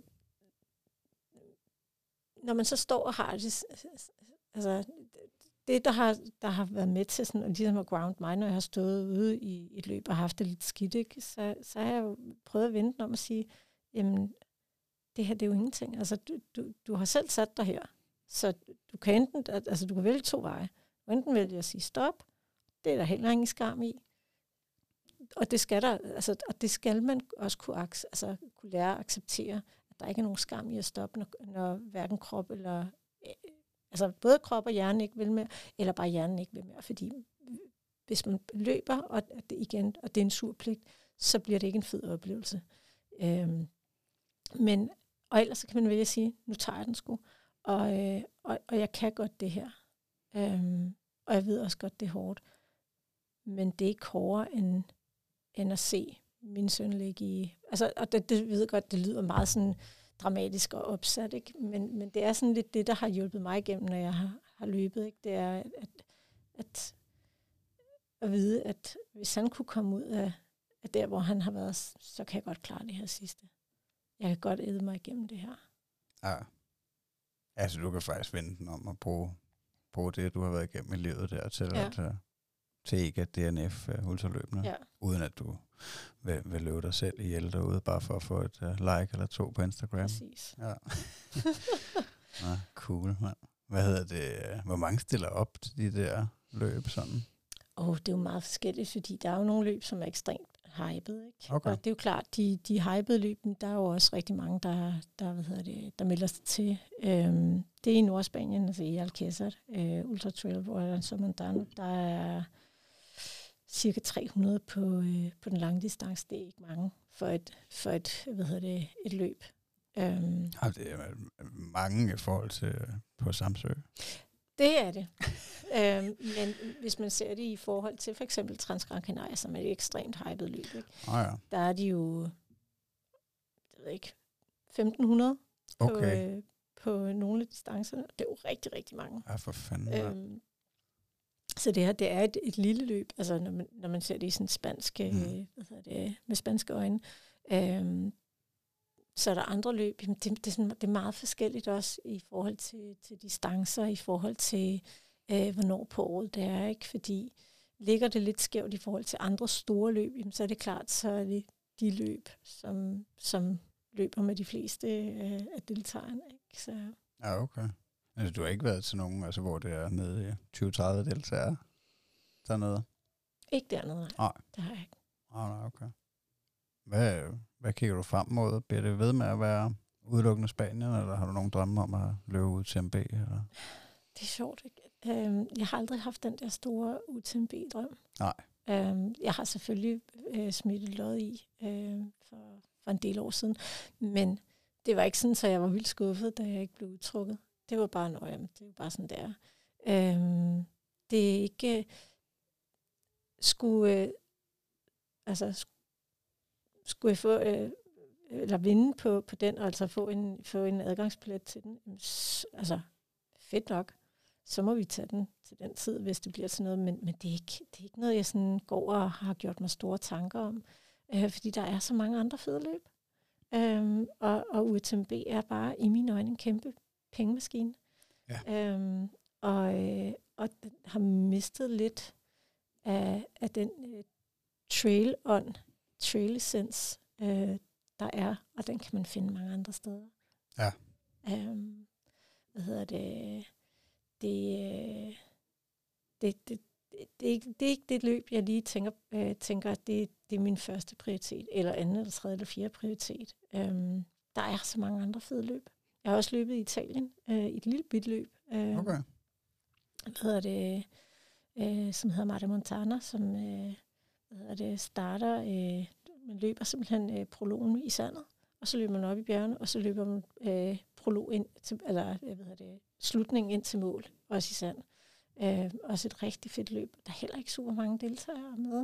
når man så står og har det, altså det, der har været med til sådan, ligesom at ground mig, når jeg har stået ude i et løb og haft det lidt skidt, ikke? Så har jeg jo prøvet at vente om at sige, jamen, det her, det er jo ingenting. Altså, du har selv sat dig her. Så du kan enten, altså du kan vælge 2 veje. Enten vælge at sige stop, det er der heller ingen skam i. Og det skal der, altså, og det skal man også kunne lære at acceptere, at der ikke er nogen skam i at stoppe, når hverken krop eller, altså både krop og hjerne ikke vil mere, eller bare hjernen ikke vil mere. Fordi hvis man løber, og det er en surpligt, så bliver det ikke en fed oplevelse. Og ellers så kan man vælge at sige, nu tager jeg den sgu. Og jeg kan godt det her. Og jeg ved også godt, det er hårdt. Men det er ikke hårdere, end at se min søn ligge i... Altså, og det ved jeg godt, det lyder meget sådan dramatisk og opsat, ikke? Men det er sådan lidt det, der har hjulpet mig igennem, når jeg har løbet, ikke? Det er at vide, at hvis han kunne komme ud af der, hvor han har været, så kan jeg godt klare det her sidste. Jeg kan godt æde mig igennem det her. Ja. Altså, du kan faktisk vende den om at bruge det, du har været igennem i livet der, til ikke at DNF ultraløbende, uden at du vil løbe dig selv ihjel derude, bare for at få et like eller 2 på Instagram. Præcis. Ja. Nå, cool, mand. Hvad hedder det? Hvor mange stiller op til de der løb sådan? Det er jo meget forskelligt, fordi der er jo nogle løb, som er ekstremt hyped, ikke? Okay. Og det er jo klart, de hypede løben, der er jo også rigtig mange, der melder sig til. Det er i Nordspanien, altså i Alcázar, Ultra Trail, hvor der er cirka 300 på den lange distance. Det er ikke mange for et løb. Det er mange i forhold til på Samsø. Det er det. Men hvis man ser det i forhold til for eksempel Transgran Canaria, som er et ekstremt hyped løb, ikke? Der er de jo, jeg ved ikke, 1500 på nogle af distancerne. Det er jo rigtig, rigtig mange. Ja, for fanden. Så det her, det er et lille løb, altså når man ser det i sådan spanske, med spanske øjne. Så er der andre løb, det er meget forskelligt også i forhold til distancer, i forhold til, hvornår på året det er, ikke? Fordi ligger det lidt skævt i forhold til andre store løb, så er det klart, så er det de løb, som løber med de fleste af deltagerne, ikke? Så. Ja, okay. Altså, du har ikke været til nogen, altså, hvor det er nede i 20-30 deltagere dernede? Ikke dernede, nej. Det har jeg ikke. Nej, okay. Hvad kigger du frem mod? Bliver det ved med at være udelukkende Spanien, eller har du nogen drømme om at løbe ud til MB? Eller? Det er sjovt, ikke? Jeg har aldrig haft den der store UTMB-drøm. Nej. Jeg har selvfølgelig smidt et lod i for en del år siden, men det var ikke sådan, så jeg var vildt skuffet, da jeg ikke blev udtrukket. Det var bare det var bare sådan der. Det er ikke skulle jeg få eller vinde på den, og altså få en adgangsbillet til den, altså fedt nok, så må vi tage den til den tid, hvis det bliver sådan noget, men det er ikke noget, jeg sådan går og har gjort mig store tanker om, fordi der er så mange andre fede løb. Og UTMB er bare i mine øjne en kæmpe pengemaskine. Ja. Og den har mistet lidt af den trail-essence, der er, og den kan man finde mange andre steder. Ja. Det er ikke det løb, jeg lige tænker at det er min første prioritet, eller anden, eller tredje, eller fjerde prioritet. Der er så mange andre fede løb. Jeg har også løbet i Italien, i et lille bitte løb. Okay. Som hedder Mare Montana, som starter, man løber simpelthen prologen i sandet, og så løber man op i bjergene, og så løber man prolog ind til, slutningen ind til mål, også i sand. Også et rigtig fedt løb. Der er heller ikke super mange deltagere med.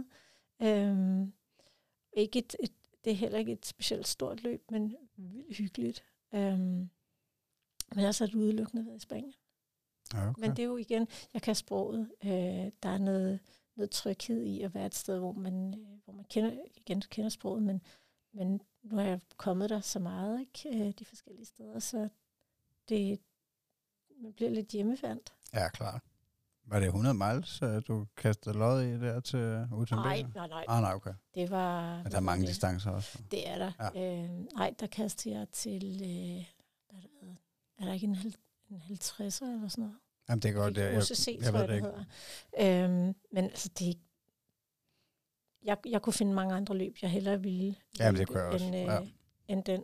Det er heller ikke et specielt stort løb, men vildt hyggeligt. Men også er det udelukkende været i Spanien. Okay. Men det er jo igen, jeg kan sproget. Der er noget tryghed i at være et sted, hvor man kender sproget, men nu er jeg kommet der så meget, ikke, de forskellige steder, så man bliver lidt hjemmevandt. Ja, klart. Var det 100 miles, du kastede lod i der til Utambea? Nej. Nej, okay. Det var... Der er mange distancer også. Det er der. Ja. Nej, der kastede jeg til... er der ikke en 50'er eller sådan noget? Jamen, det er godt. Jeg ved det ikke. Men altså, det jeg kunne finde mange andre løb, jeg hellere ville det kunne jeg også. End den.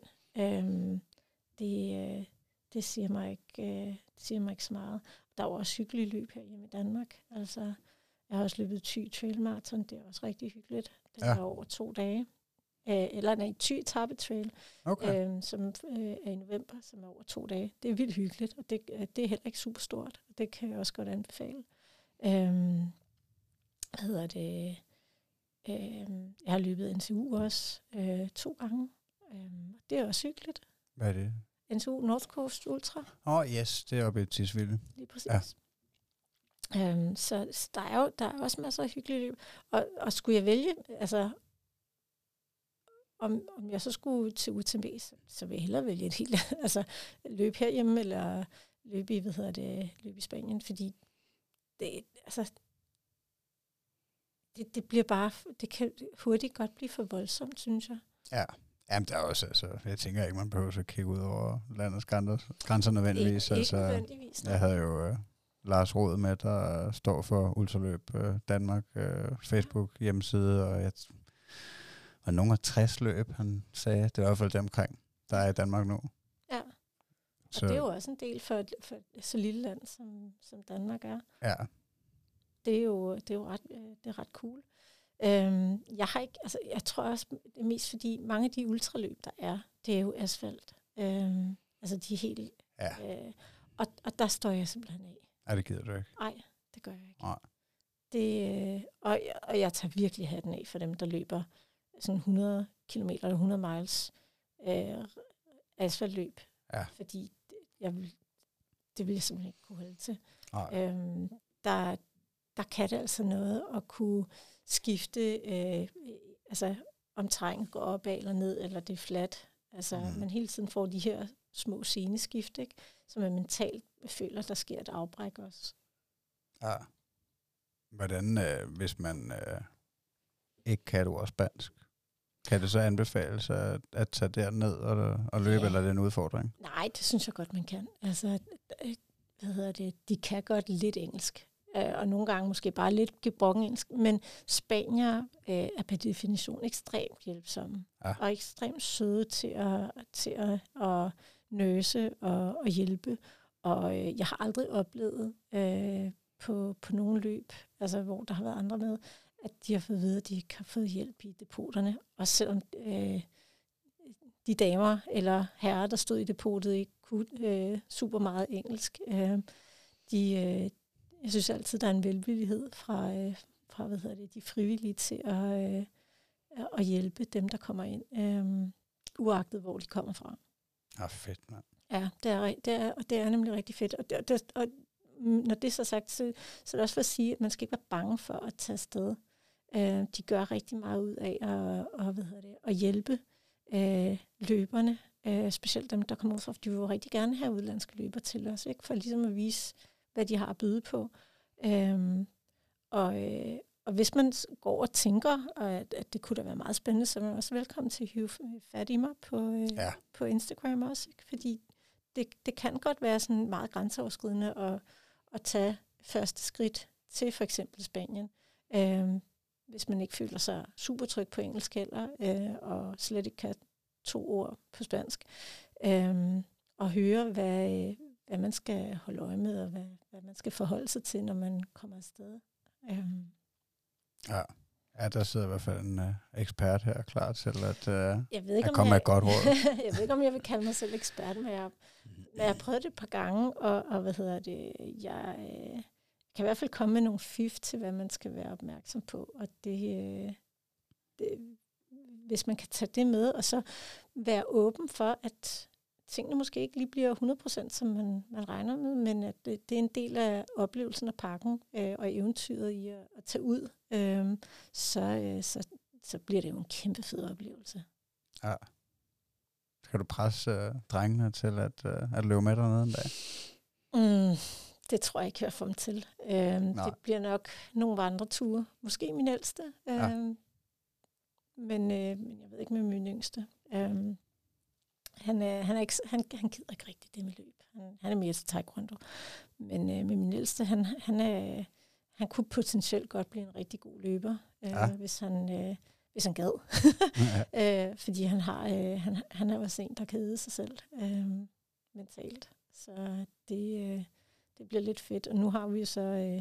Det siger mig ikke så meget. Der er også hyggelige løb her hjemme i Danmark. Altså, jeg har også løbet Thy Trail Marathon. Det er også rigtig hyggeligt. Det er over 2 dage. Thy Etape Trail, som er i november, som er over 2 dage. Det er vildt hyggeligt, og det er heller ikke super stort. Det kan jeg også godt anbefale. Jeg har løbet NTU også 2 gange. Det er også hyggeligt. Hvad er det? NTU North Coast Ultra. Yes, det er oppe i Tisvilde. Lige præcis. Ja. Så der er også masser af hyggelige løb. Og skulle jeg vælge, altså om jeg så skulle til UTMB, så vil jeg hellere vælge et helt altså løb herhjemme, eller løb i, løb i Spanien, fordi det bliver bare, det kan hurtigt godt blive for voldsomt, synes jeg. Ja. Jamen, der er også, altså, jeg tænker ikke, man behøver at kigge ud over landets grænser nødvendigvis. Ikke nødvendigvis. Jeg havde jo Lars Rod med, der står for Ultraløb Danmark Facebook hjemmeside, og jeg var nogle af 60 løb, han sagde. Det var i hvert fald det omkring, der er i Danmark nu. Ja, og det er jo også en del for så lille land, som Danmark er. Ja. Det er jo ret cool. Jeg tror også, det er mest fordi mange af de ultraløb, der er, det er jo asfalt. Altså de er helt... Ja. Og der står jeg simpelthen af. Nej, det gider du ikke. Nej, det gør jeg ikke. Nej. Og jeg tager virkelig hatten af for dem, der løber sådan 100 kilometer eller 100 miles asfaltløb. Ja. Fordi det vil jeg simpelthen ikke kunne holde til. Der kan det altså noget at kunne skifte, om terrænet går opad eller ned, eller det er fladt. Altså, man hele tiden får de her små sceneskift, ikke? Så man mentalt føler, der sker et afbræk også. Ja. Hvordan, hvis man ikke kan et ord spansk, kan det så anbefales at tage derned og løbe, eller er det en udfordring? Nej, det synes jeg godt, man kan. Altså, de kan godt lidt engelsk. Og nogle gange måske bare lidt gebrokken engelsk, men spanier er per definition ekstremt hjælpsomme, og ekstremt søde til at nøse og hjælpe. Og jeg har aldrig oplevet på nogle løb, altså hvor der har været andre med, at de har fået at vide, at de ikke har fået hjælp i depoterne. Og selvom de damer eller herrer, der stod i depotet, ikke kunne super meget engelsk, jeg synes altid, der er en velvillighed fra de frivillige til at hjælpe dem, der kommer ind, uagtet hvor de kommer fra. Fedt, mand. Ja, det er nemlig rigtig fedt. Og når det er så sagt, så er det også for at sige, at man skal ikke være bange for at tage afsted. De gør rigtig meget ud af at hjælpe løberne, specielt dem, der kommer ud fra. De vil jo rigtig gerne have udlandske løber til os, ikke? For ligesom at vise, hvad de har at byde på. Og hvis man går og tænker, at det kunne da være meget spændende, så er man også velkommen til at hive fat i mig på Instagram også. Ikke? Fordi det kan godt være sådan meget grænseoverskridende at tage første skridt til for eksempel Spanien. Hvis man ikke føler sig super tryg på engelsk heller, og slet ikke kan 2 ord på spansk. Og høre, hvad man skal holde øje med, og hvad man skal forholde sig til, når man kommer afsted. Ja, der sidder i hvert fald en ekspert her klar til at komme med et godt råd. Jeg ved ikke, om jeg vil kalde mig selv ekspert, men jeg har prøvet det et par gange, og jeg kan i hvert fald komme med nogle fif til, hvad man skal være opmærksom på, og det hvis man kan tage det med, og så være åben for, at tingene måske ikke lige bliver 100%, som man regner med, men at det er en del af oplevelsen af pakken og eventyret i at tage ud, så bliver det jo en kæmpe fed oplevelse. Ja. Skal du presse drengene til at løbe med dernede en dag? Det tror jeg ikke, jeg får dem til. Det bliver nok nogle vandreture. Måske min ældste. Men jeg ved ikke med min yngste. Han gider ikke rigtigt det med løb. Han er mere til taekwondo. Men med min ældste, han kunne potentielt godt blive en rigtig god løber, hvis han gad. Fordi han er også en, der kan æde sig selv mentalt. Så det bliver lidt fedt. Og nu har vi jo så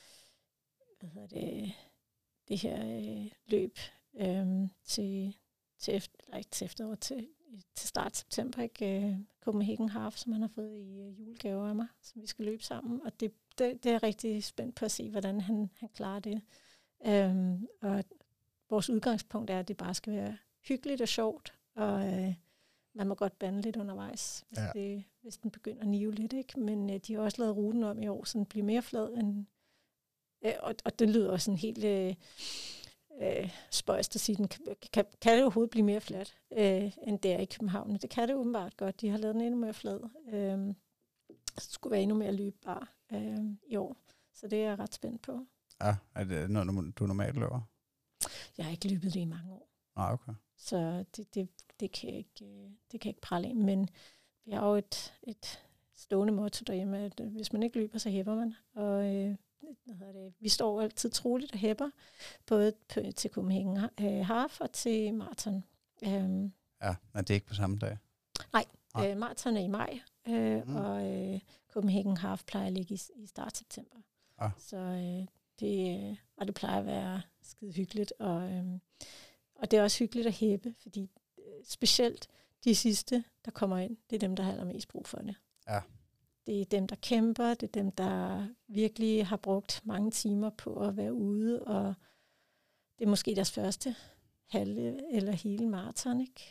det her løb til efterår, til start september, ikke? Copenhagen Half, som han har fået i julegave af mig, som vi skal løbe sammen. Og det er jeg rigtig spændt på at se, hvordan han klarer det. Og vores udgangspunkt er, at det bare skal være hyggeligt og sjovt, og man må godt bande lidt undervejs, hvis den begynder at nive lidt, ikke? Men de har også lavet ruten om i år, så den bliver mere flad end... Og det lyder også sådan helt spøjst at sige, den kan det overhovedet blive mere fladt, end det er i København. Men det kan det åbenbart godt. De har lavet den endnu mere flad. Så det skulle være endnu mere løbbar i år. Så det er jeg ret spændt på. Ja, er det noget, du normalt løber? Jeg har ikke løbet det i mange år. Okay. Så det kan jeg ikke prale af. Men vi har jo et stående motto derhjemme, at hvis man ikke løber, så hæpper man. Og vi står altid troligt og hæpper, både til Copenhagen Half og til maraton. Men det er ikke på samme dag? Nej. Maraton er i maj, og Copenhagen Half plejer at ligge i start september. Så det plejer at være skide hyggeligt, og det er også hyggeligt at hæppe, fordi specielt de sidste, der kommer ind, det er dem, der har allermest brug for det. Ja. Det er dem, der kæmper, det er dem, der virkelig har brugt mange timer på at være ude, og det er måske deres første halve eller hele maraton, ikke?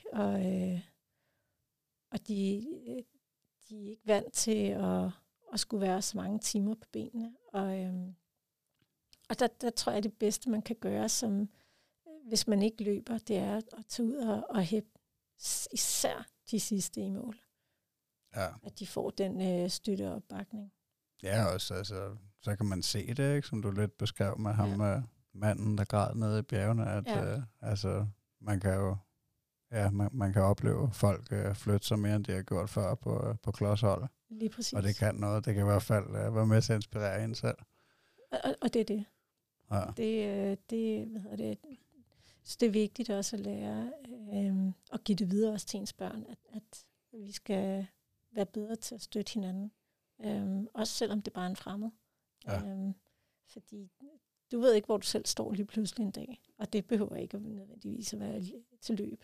Og de er ikke vant til at skulle være så mange timer på benene. Og der tror jeg, det bedste, man kan gøre, som hvis man ikke løber, det er at tage ud og hæppe især de sidste i mål. Ja. At de får den støtte og opbakning. Ja, også, altså, så kan man se det, ikke, som du lidt beskrev med ham, manden, der græd nede i bjergene, at man kan jo man kan opleve folk flytte sig mere, end de har gjort før på klodshold. Lige præcis. Og det kan noget. Det kan i hvert fald være med til at inspirere en selv. Og det er det. Ja. Så det er vigtigt også at lære at give det videre også til ens børn, at vi skal være bedre til at støtte hinanden. Også selvom det bare er en fremmed. Ja. Fordi du ved ikke, hvor du selv står lige pludselig en dag. Og det behøver ikke nødvendigvis at være til løb.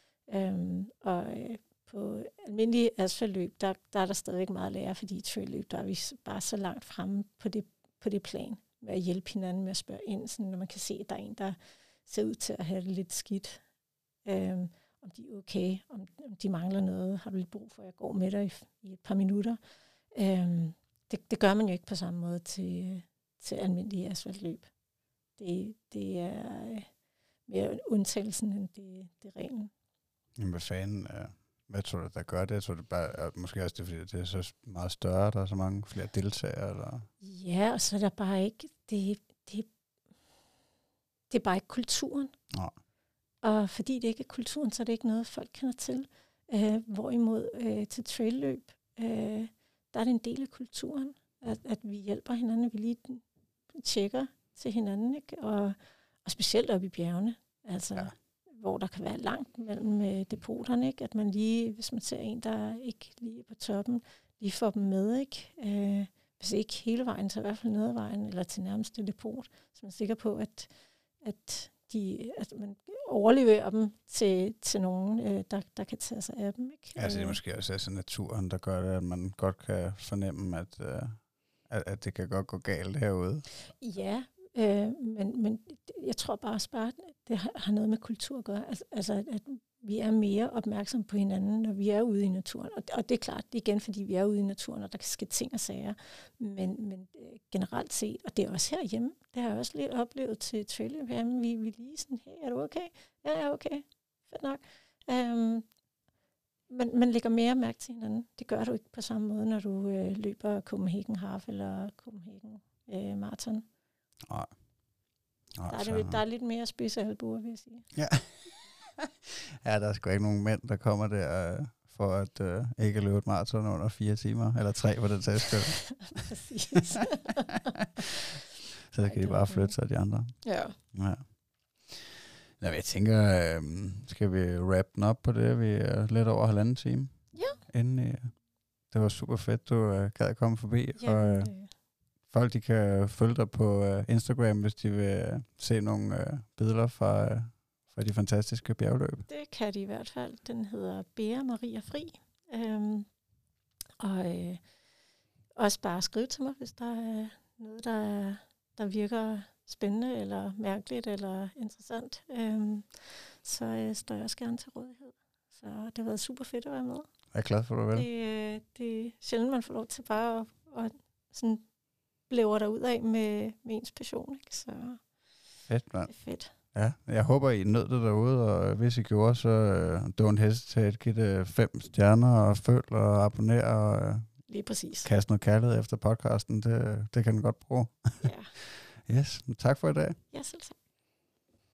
På almindelige asfaltløb, der er der stadigvæk meget at lære, fordi i trailløb, der er vi bare så langt fremme på det plan, med at hjælpe hinanden med at spørge ind, sådan, når man kan se, at der er en, der ser ud til at have det lidt skidt. Om de er okay, om de mangler noget, har du lidt brug for, at jeg går med dig i et par minutter. Det gør man jo ikke på samme måde til almindelige asfaltløb. Det er mere undtagelsen, end det er reglen. Jamen, hvad fanden, hvad tror du, der gør det? Jeg tror, det bare, måske også det, fordi det er så meget større, der er så mange flere deltagere, eller? Ja, og så er der bare ikke, det er bare ikke kulturen. Nej. Og fordi det ikke er kulturen, så er det ikke noget, folk kender til. Hvorimod til trailløb, der er det en del af kulturen, at vi hjælper hinanden, vi lige tjekker til hinanden, ikke? Og specielt oppe i bjergene, altså hvor der kan være langt mellem depoterne, ikke? At man lige, hvis man ser en, der ikke lige er på toppen, lige får dem med, ikke? Hvis ikke hele vejen, så i hvert fald ned ad vejen, eller til nærmeste depot, så man er sikker på, at man overleverer dem til nogen, der kan tage sig af dem. Ikke? Altså det er måske også altså naturen, der gør det, at man godt kan fornemme, at det kan godt gå galt herude. Ja, men jeg tror bare, at det har noget med kultur at gøre. Altså at vi er mere opmærksomme på hinanden, når vi er ude i naturen. Og det er klart, det er igen, fordi vi er ude i naturen, og der kan ske ting og sager. Men generelt set, og det er også herhjemme, det har jeg også lidt oplevet til trailløb herhjemme. Vi lige sådan, hey, er du okay? Ja, jeg er okay. Fedt nok. man lægger mere mærke til hinanden. Det gør du ikke på samme måde, når du løber Copenhagen Half eller Copenhagen Marathon. Nej. Der er lidt mere spidse albuer, vil jeg sige. Ja. Ja, der er sgu ikke nogen mænd, der kommer der for at ikke løbe et maraton under 4 timer, eller 3 på den sags skyld. Præcis. Så kan de bare flytte sig, de andre. Ja. Ja, jeg tænker, skal vi wrap den op på det? Vi er lidt over 1,5 time. Ja. Det var super fedt, du gad at komme forbi. Ja, og folk, de kan følge dig på Instagram, hvis de vil se nogle billeder fra de fantastiske bjergløb. Det kan de i hvert fald. Den hedder Bea Maria Fri. Også bare skrive til mig, hvis der er noget, der virker spændende, eller mærkeligt, eller interessant. Så står jeg også gerne til rådighed. Så det har været super fedt at være med. Jeg er glad for, du vel. Det er sjældent, man får lov til bare at sådan blæver der ud af med ens passion. Ikke? Så fedt, mand. Det er fedt. Ja, jeg håber, I nød det derude, og hvis I gjorde, så don't hesitate, giv det 5 stjerner, og følg og abonner, og lige præcis. Kast noget kærlighed efter podcasten, det kan den godt bruge. Ja. Yes, tak for i dag. Ja, selv tak.